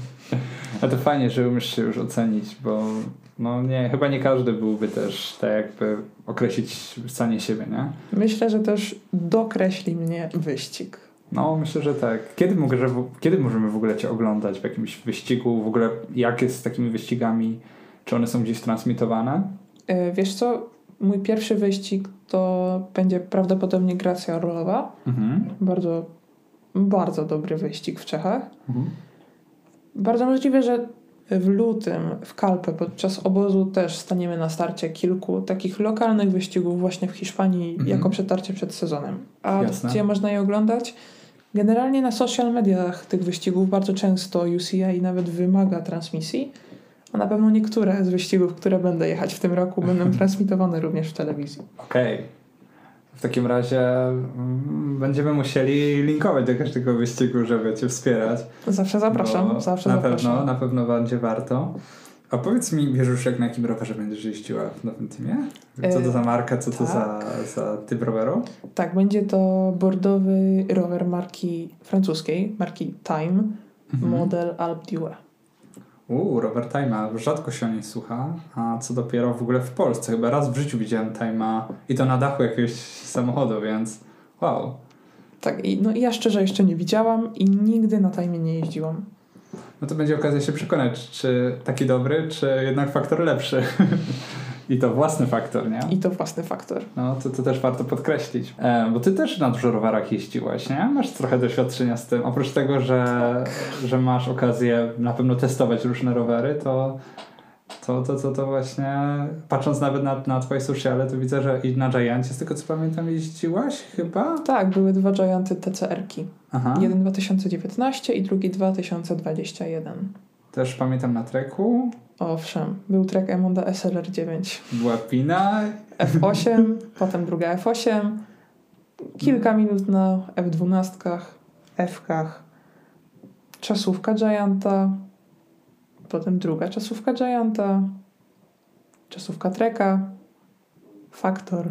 A to fajnie, że umiesz się już ocenić, bo no nie, chyba nie każdy byłby też tak jakby określić stanie siebie, nie? Myślę, że też dokreśli mnie wyścig. No, myślę, że tak. Kiedy, mogę, że w, kiedy możemy w ogóle cię oglądać w jakimś wyścigu? W ogóle jak jest z takimi wyścigami? Czy one są gdzieś transmitowane? Yy, wiesz co? Mój pierwszy wyścig to będzie prawdopodobnie Gracja Orlowa. Mhm. Bardzo, bardzo dobry wyścig w Czechach. Mhm. Bardzo możliwe, że w lutym w Calpe podczas obozu też staniemy na starcie kilku takich lokalnych wyścigów właśnie w Hiszpanii Mhm. jako przetarcie przed sezonem. A Jasne. gdzie można je oglądać? Generalnie na social mediach tych wyścigów bardzo często U C I nawet wymaga transmisji, a na pewno niektóre z wyścigów, które będę jechać w tym roku, będą transmitowane również w telewizji. Okej. W takim razie mm, będziemy musieli linkować do każdego wyścigu, żeby cię wspierać. Zawsze zapraszam, Bo zawsze na zapraszam. pewno, na pewno będzie warto. A powiedz mi, wiesz już jak na jakim rowerze będziesz jeździła w nowym teamie? Co to za marka, co to tak. za, za typ roweru? Tak, będzie to bordowy rower marki francuskiej, marki Time, Mhm. model Alpe d'Huez. Uuu, rower Time'a. Rzadko się o niej słucha, a co dopiero w ogóle w Polsce. Chyba raz w życiu widziałem Time'a i to na dachu jakiegoś samochodu, więc wow. Tak, i no i ja szczerze jeszcze nie widziałam i nigdy na Time nie jeździłam. No to będzie okazja się przekonać, czy taki dobry, czy jednak faktor lepszy. I to własny faktor, nie? I to własny faktor. No, to, to też warto podkreślić. E, bo ty też na dużo rowerach jeździłaś, nie? Masz trochę doświadczenia z tym. Oprócz tego, że, że masz okazję na pewno testować różne rowery, to to, to, to, to właśnie patrząc nawet na, na twoje sociale, to widzę, że i na Giancie, z tego co pamiętam, jeździłaś chyba? Tak, były dwa Gianty T C R-ki. Aha. Jeden dwa tysiące dziewiętnaście i drugi dwa tysiące dwadzieścia jeden. Też pamiętam na treku. Owszem, był trek Emonda S L R dziewięć. Była Pina. F osiem, potem druga F osiem, kilka minut na F dwanaście, F-kach, czasówka Gianta, potem druga czasówka Gianta, czasówka Treka, Faktor.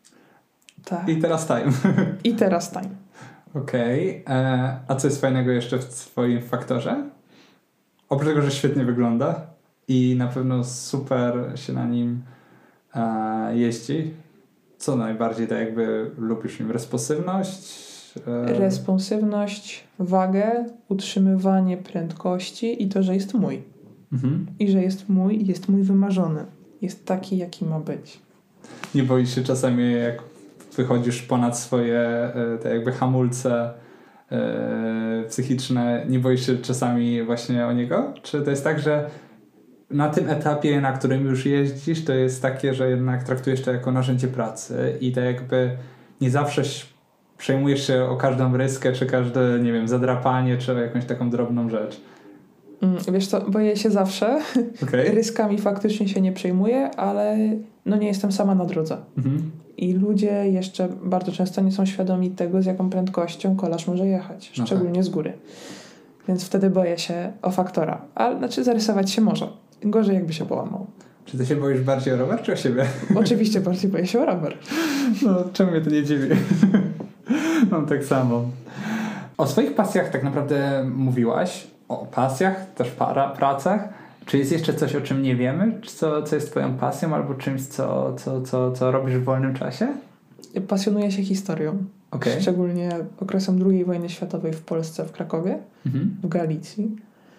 Tak. I teraz Time. I teraz Time. Okej. Okay. A co jest fajnego jeszcze w twoim Faktorze? Oprócz tego, że świetnie wygląda i na pewno super się na nim e, jeździ. Co najbardziej tak jakby lubisz w nim? Responsywność? E... Responsywność, wagę, utrzymywanie prędkości i to, że jest mój. Mhm. I że jest mój i jest mój wymarzony. Jest taki, jaki ma być. Nie boisz się czasami, jak wychodzisz ponad swoje e, te jakby hamulce e, psychiczne, nie boisz się czasami właśnie o niego? Czy to jest tak, że na tym etapie, na którym już jeździsz, to jest takie, że jednak traktujesz to jako narzędzie pracy i tak jakby nie zawsze przejmujesz się o każdą ryskę, czy każde, nie wiem, zadrapanie, czy jakąś taką drobną rzecz? Mm, wiesz co, boję się zawsze. Okay. Ryskami faktycznie się nie przejmuję, ale no nie jestem sama na drodze. Mhm. I ludzie jeszcze bardzo często nie są świadomi tego, z jaką prędkością kolarz może jechać, no szczególnie tak. z góry. Więc wtedy boję się o Faktora. Ale znaczy zarysować się może. Gorzej jakby się połamał. Czy ty się boisz bardziej o rower, czy o siebie? Oczywiście bardziej boję się o rower. No, czemu mnie to nie dziwi? Mam tak samo. O swoich pasjach tak naprawdę mówiłaś. O pasjach, też para, pracach. Czy jest jeszcze coś, o czym nie wiemy? Czy co, co jest twoją pasją albo czymś, co, co, co, co robisz w wolnym czasie? Pasjonuję się historią. Okay. Szczególnie okresem drugiej wojny światowej w Polsce, w Krakowie, mhm. w Galicji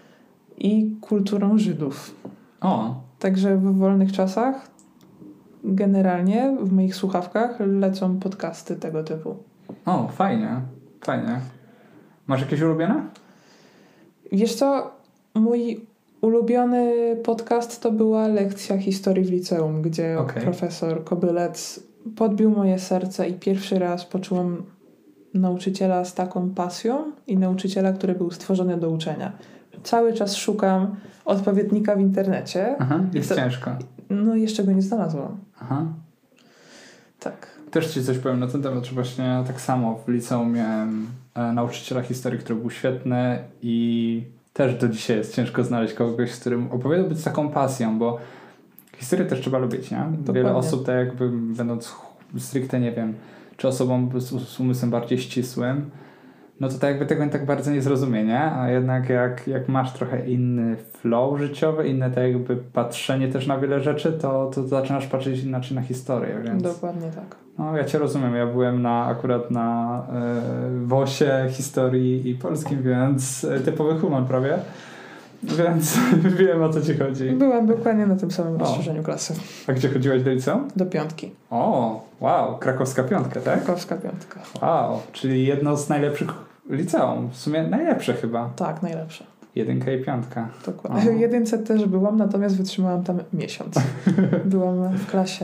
i kulturą Żydów. O. Także w wolnych czasach generalnie w moich słuchawkach lecą podcasty tego typu. O, fajnie. Fajnie. Masz jakieś ulubione? Wiesz co? Mój ulubiony podcast to była lekcja historii w liceum, gdzie okay. profesor Kobylec podbił moje serce i pierwszy raz poczułem nauczyciela z taką pasją i nauczyciela, który był stworzony do uczenia. Cały czas szukam odpowiednika w internecie. Aha, jest to, ciężko. No jeszcze go nie znalazłam. Aha. Tak. Też ci coś powiem na ten temat, że właśnie tak samo w liceum miałem e, nauczyciela historii, który był świetny i też do dzisiaj jest ciężko znaleźć kogoś, z którym opowiadałby z taką pasją, bo historię też trzeba lubić, nie? Dokładnie. Wiele osób tak jakby będąc stricte, nie wiem, czy osobą z, z umysłem bardziej ścisłym, no to tak jakby tego tak bardzo nie zrozumie, nie? A jednak jak, jak masz trochę inny flow życiowy, inne tak jakby patrzenie też na wiele rzeczy, to, to zaczynasz patrzeć inaczej na historię, więc... Dokładnie tak. No ja cię rozumiem, ja byłem na akurat na y, wosie historii i polskim, więc y, typowy human prawie, więc wiem o co ci chodzi. Byłam dokładnie na tym samym rozszerzeniu klasy. A gdzie chodziłaś do liceum? Do piątki. O, wow, krakowska piątka, tak? Krakowska piątka. Wow, czyli jedno z najlepszych liceum, w sumie najlepsze chyba. Tak, najlepsze. Jedynka i piątka. Dokładnie. W jedynce też byłam, natomiast wytrzymałam tam miesiąc. Byłam w klasie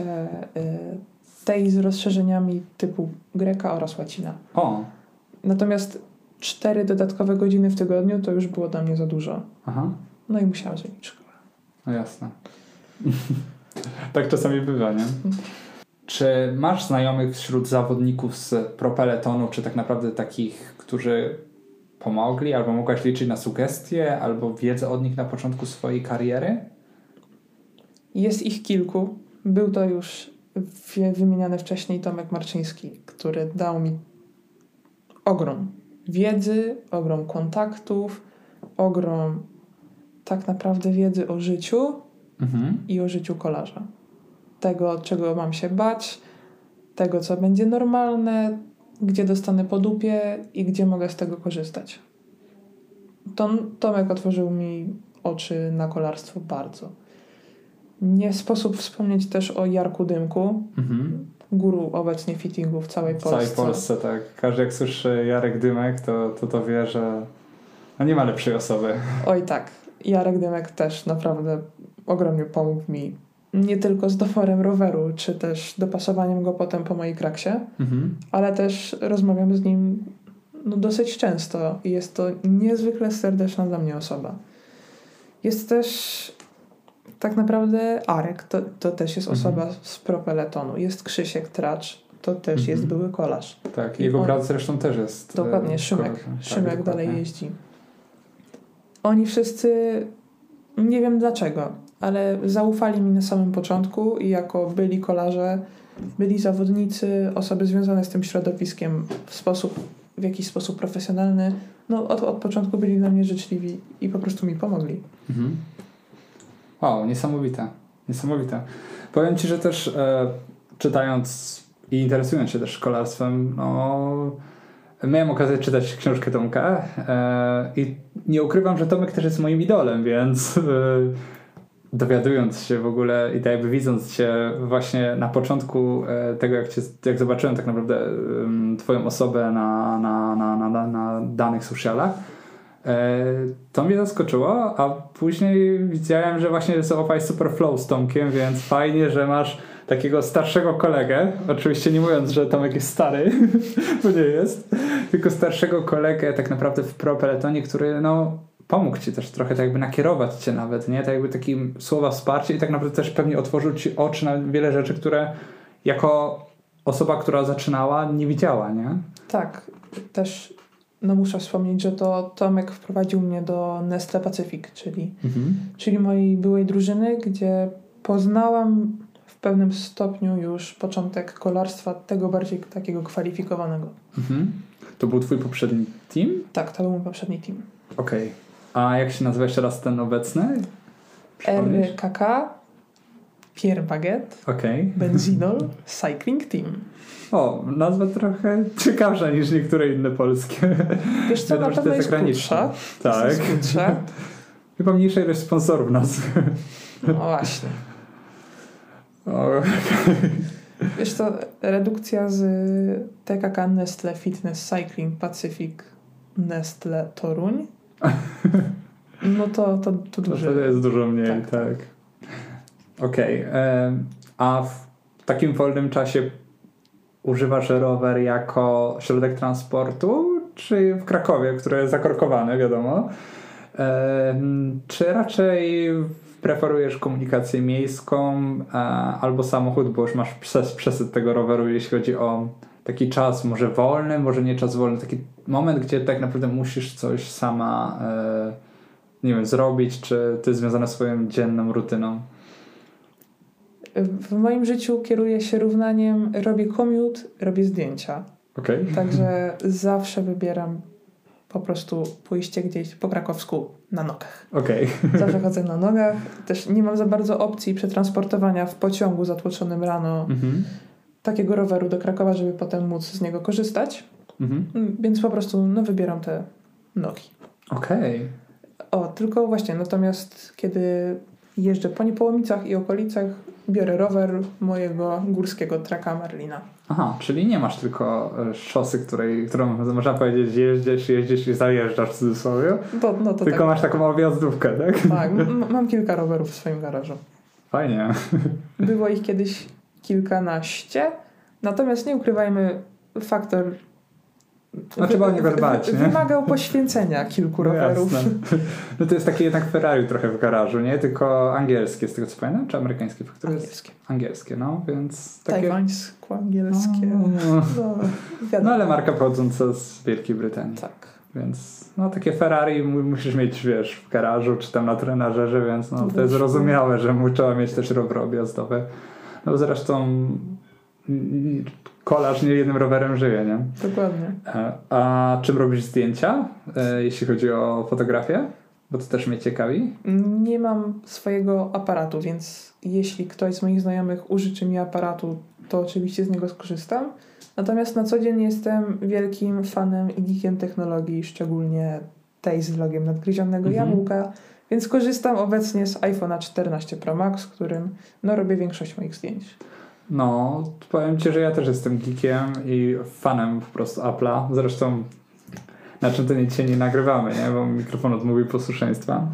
y, tej z rozszerzeniami typu greka oraz łacina. O. Natomiast cztery dodatkowe godziny w tygodniu to już było dla mnie za dużo. Aha. No i musiałam zmienić szkołę. No jasne. Tak czasami bywa, nie? Czy masz znajomych wśród zawodników z propeletonu, czy tak naprawdę takich, którzy pomogli, albo mogłaś liczyć na sugestie, albo wiedzę od nich na początku swojej kariery? Jest ich kilku. Był to już wymieniany wcześniej Tomek Marczyński, który dał mi ogrom wiedzy, ogrom kontaktów, ogrom tak naprawdę wiedzy o życiu mhm. i o życiu kolarza. Tego, czego mam się bać, tego, co będzie normalne, gdzie dostanę po dupie i gdzie mogę z tego korzystać. Tom, Tomek otworzył mi oczy na kolarstwo bardzo. Nie sposób wspomnieć też o Jarku Dymku, Mhm. guru obecnie fittingu w całej Polsce. W całej Polsce, tak. Każdy jak słyszy Jarek Dymek, to, to to wie, że no nie ma lepszej osoby. Oj tak, Jarek Dymek też naprawdę ogromnie pomógł mi. Nie tylko z doborem roweru, czy też dopasowaniem go potem po mojej kraksie, Mhm. ale też rozmawiam z nim no, dosyć często i jest to niezwykle serdeczna dla mnie osoba. Jest też tak naprawdę Arek, to, to też jest osoba mhm. z propeletonu. Jest Krzysiek Tracz, to też mhm. jest były kolarz. Tak, I jego on, brat zresztą też jest. Dokładnie, e, Szymek. kolarzem. Szymek tak, dalej dokładnie. jeździ. Oni wszyscy, nie wiem dlaczego, ale zaufali mi na samym początku i jako byli kolarze, byli zawodnicy, osoby związane z tym środowiskiem w sposób, w jakiś sposób profesjonalny, no od, od początku byli dla mnie życzliwi i po prostu mi pomogli. Mhm. Wow, niesamowite. Niesamowite. Powiem ci, że też e, czytając i interesując się też szkolarstwem, no miałem okazję czytać książkę Tomka e, i nie ukrywam, że Tomek też jest moim idolem, więc e, dowiadując się w ogóle i tak jakby widząc cię właśnie na początku e, tego, jak, cię, jak zobaczyłem tak naprawdę e, twoją osobę na, na, na, na, na, na danych socialach, to mnie zaskoczyło, a później widziałem, że właśnie załapałeś super flow z Tomkiem, więc fajnie, że masz takiego starszego kolegę, oczywiście nie mówiąc, że Tomek jest stary, bo nie jest, tylko starszego kolegę tak naprawdę w pro peletonie, który no pomógł ci też trochę tak jakby nakierować cię nawet, nie? Tak jakby takim słowa wsparcia i tak naprawdę też pewnie otworzył ci oczy na wiele rzeczy, które jako osoba, która zaczynała, nie widziała, nie? Tak, też no muszę wspomnieć, że to Tomek wprowadził mnie do Nestle Pacific, czyli, Mhm. czyli mojej byłej drużyny, gdzie poznałam w pewnym stopniu już początek kolarstwa, tego bardziej takiego kwalifikowanego. Mhm. To był twój poprzedni team? Tak, to był mój poprzedni team. Okej. Okay. A jak się nazywa jeszcze raz ten obecny? R K K, Pierre Baguette, okay. Benzinol, Cycling Team. O, nazwa trochę ciekawsza niż niektóre inne polskie. Wiesz co, na pewno jest krótsza. Tak. Jest krótsza. Chyba mniejsza ilość sponsorów nazwy. No właśnie. O, Wiesz co, redukcja z T K K Nestle Fitness Cycling Pacific Nestle Toruń. No to, to, to dużo. To jest dużo mniej, tak. tak. Okej. Okay. A w takim wolnym czasie używasz rower jako środek transportu, czy w Krakowie, który jest zakorkowany, wiadomo, e, czy raczej preferujesz komunikację miejską e, albo samochód, bo już masz przes- przesyt tego roweru, jeśli chodzi o taki czas może wolny, może nie czas wolny, taki moment, gdzie tak naprawdę musisz coś sama e, nie wiem, zrobić, czy to jest związane z swoją dzienną rutyną? W moim życiu kieruję się równaniem robię commute, robię zdjęcia. Okay. Także zawsze wybieram po prostu pójście gdzieś po krakowsku na nogach. Okay. Zawsze chodzę na nogach. Też nie mam za bardzo opcji przetransportowania w pociągu zatłoczonym rano mm-hmm. takiego roweru do Krakowa, żeby potem móc z niego korzystać. Mm-hmm. Więc po prostu no, wybieram te nogi. Okej. Okay. O, tylko właśnie, natomiast kiedy jeżdżę po Niepołomicach i okolicach, biorę rower mojego górskiego traka Merlina. Aha, czyli nie masz tylko szosy, której, którą można powiedzieć jeździsz, jeździsz i zajeżdżasz w cudzysłowie, to, no to tylko tak. Masz taką objazdówkę, tak? Tak, m- mam kilka rowerów w swoim garażu. Fajnie. Było ich kiedyś kilkanaście, natomiast nie ukrywajmy, faktor no, trzeba o niego dbać, nie? Wymagał poświęcenia kilku no rowerów. Jasne. No to jest takie jednak Ferrari trochę w garażu, nie? Tylko angielskie, z tego co pamiętam, czy amerykańskie? Angielskie. Angielskie, no, więc takie... Tajwańsko-angielskie. No, no, no ale marka pochodząca z Wielkiej Brytanii. Tak. Więc no takie Ferrari musisz mieć, wiesz, w garażu, czy tam na trenażerze, więc no to jest zrozumiałe, że mu trzeba mieć też rower objazdowy. No zresztą kolarz nie jednym rowerem żyje, nie? Dokładnie. A czym robisz zdjęcia, jeśli chodzi o fotografię? Bo to też mnie ciekawi. Nie mam swojego aparatu, więc jeśli ktoś z moich znajomych użyczy mi aparatu, to oczywiście z niego skorzystam. Natomiast na co dzień jestem wielkim fanem i geekiem technologii, szczególnie tej z vlogiem nadgryzionego mhm. jabłka, więc korzystam obecnie z iPhone'a czternaście Pro Max, którym no, robię większość moich zdjęć. No, powiem Ci, że ja też jestem geekiem i fanem po prostu Apple'a. Zresztą na czym to nie dzisiaj nie nagrywamy, nie? Bo mikrofon odmówił posłuszeństwa.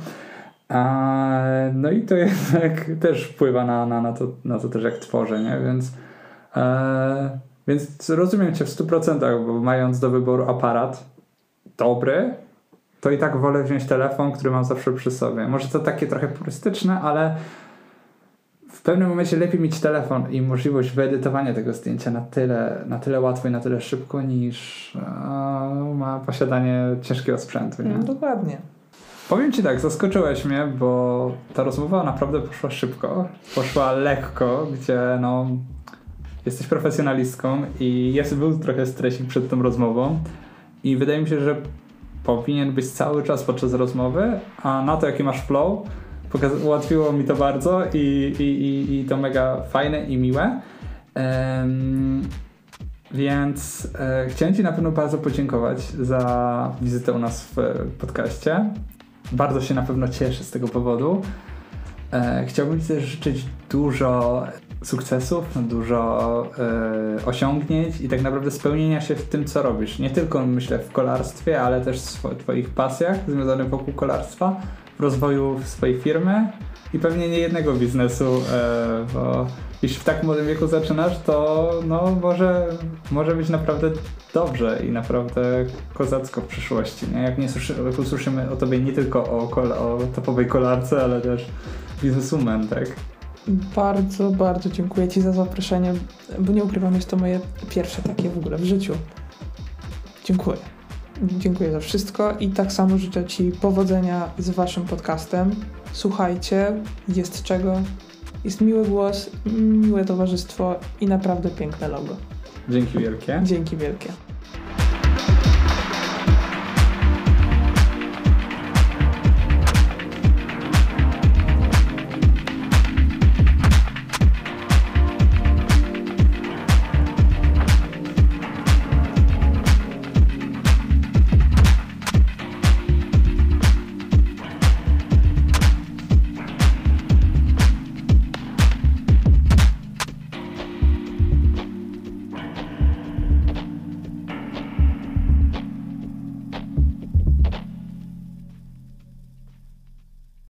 A, no i to jednak też wpływa na, na, na, to, na to też jak tworzę, nie? Więc, e, więc rozumiem Cię w stu procentach, bo mając do wyboru aparat dobry, to i tak wolę wziąć telefon, który mam zawsze przy sobie. Może to takie trochę purystyczne, ale w pewnym momencie lepiej mieć telefon i możliwość wyedytowania tego zdjęcia na tyle, na tyle łatwo i na tyle szybko, niż e, ma posiadanie ciężkiego sprzętu. Nie? No, dokładnie. Powiem Ci tak, zaskoczyłeś mnie, bo ta rozmowa naprawdę poszła szybko, poszła lekko, gdzie no jesteś profesjonalistką i jest, był trochę stresik przed tą rozmową i wydaje mi się, że powinien być cały czas podczas rozmowy, a na to jaki masz flow Pokaz- ułatwiło mi to bardzo i, i, i, i to mega fajne i miłe. Um, więc e, chciałem Ci na pewno bardzo podziękować za wizytę u nas w podcaście. Bardzo się na pewno cieszę z tego powodu. E, chciałbym Ci też życzyć dużo sukcesów, dużo e, osiągnięć i tak naprawdę spełnienia się w tym, co robisz. Nie tylko myślę w kolarstwie, ale też w Twoich pasjach związanych wokół kolarstwa, w rozwoju swojej firmy i pewnie nie jednego biznesu, e, bo jeśli w tak młodym wieku zaczynasz, to no może, może być naprawdę dobrze i naprawdę kozacko w przyszłości. Nie? Jak nie słyszy, jak usłyszymy o Tobie nie tylko o, kol- o topowej kolarce, ale też bizneswoman, tak? Bardzo, bardzo dziękuję Ci za zaproszenie, bo nie ukrywam, jest to moje pierwsze takie w ogóle w życiu. Dziękuję. Dziękuję za wszystko i tak samo życzę Ci powodzenia z Waszym podcastem. Słuchajcie, jest czego, jest miły głos, miłe towarzystwo i naprawdę piękne logo. Dzięki wielkie. Dzięki wielkie.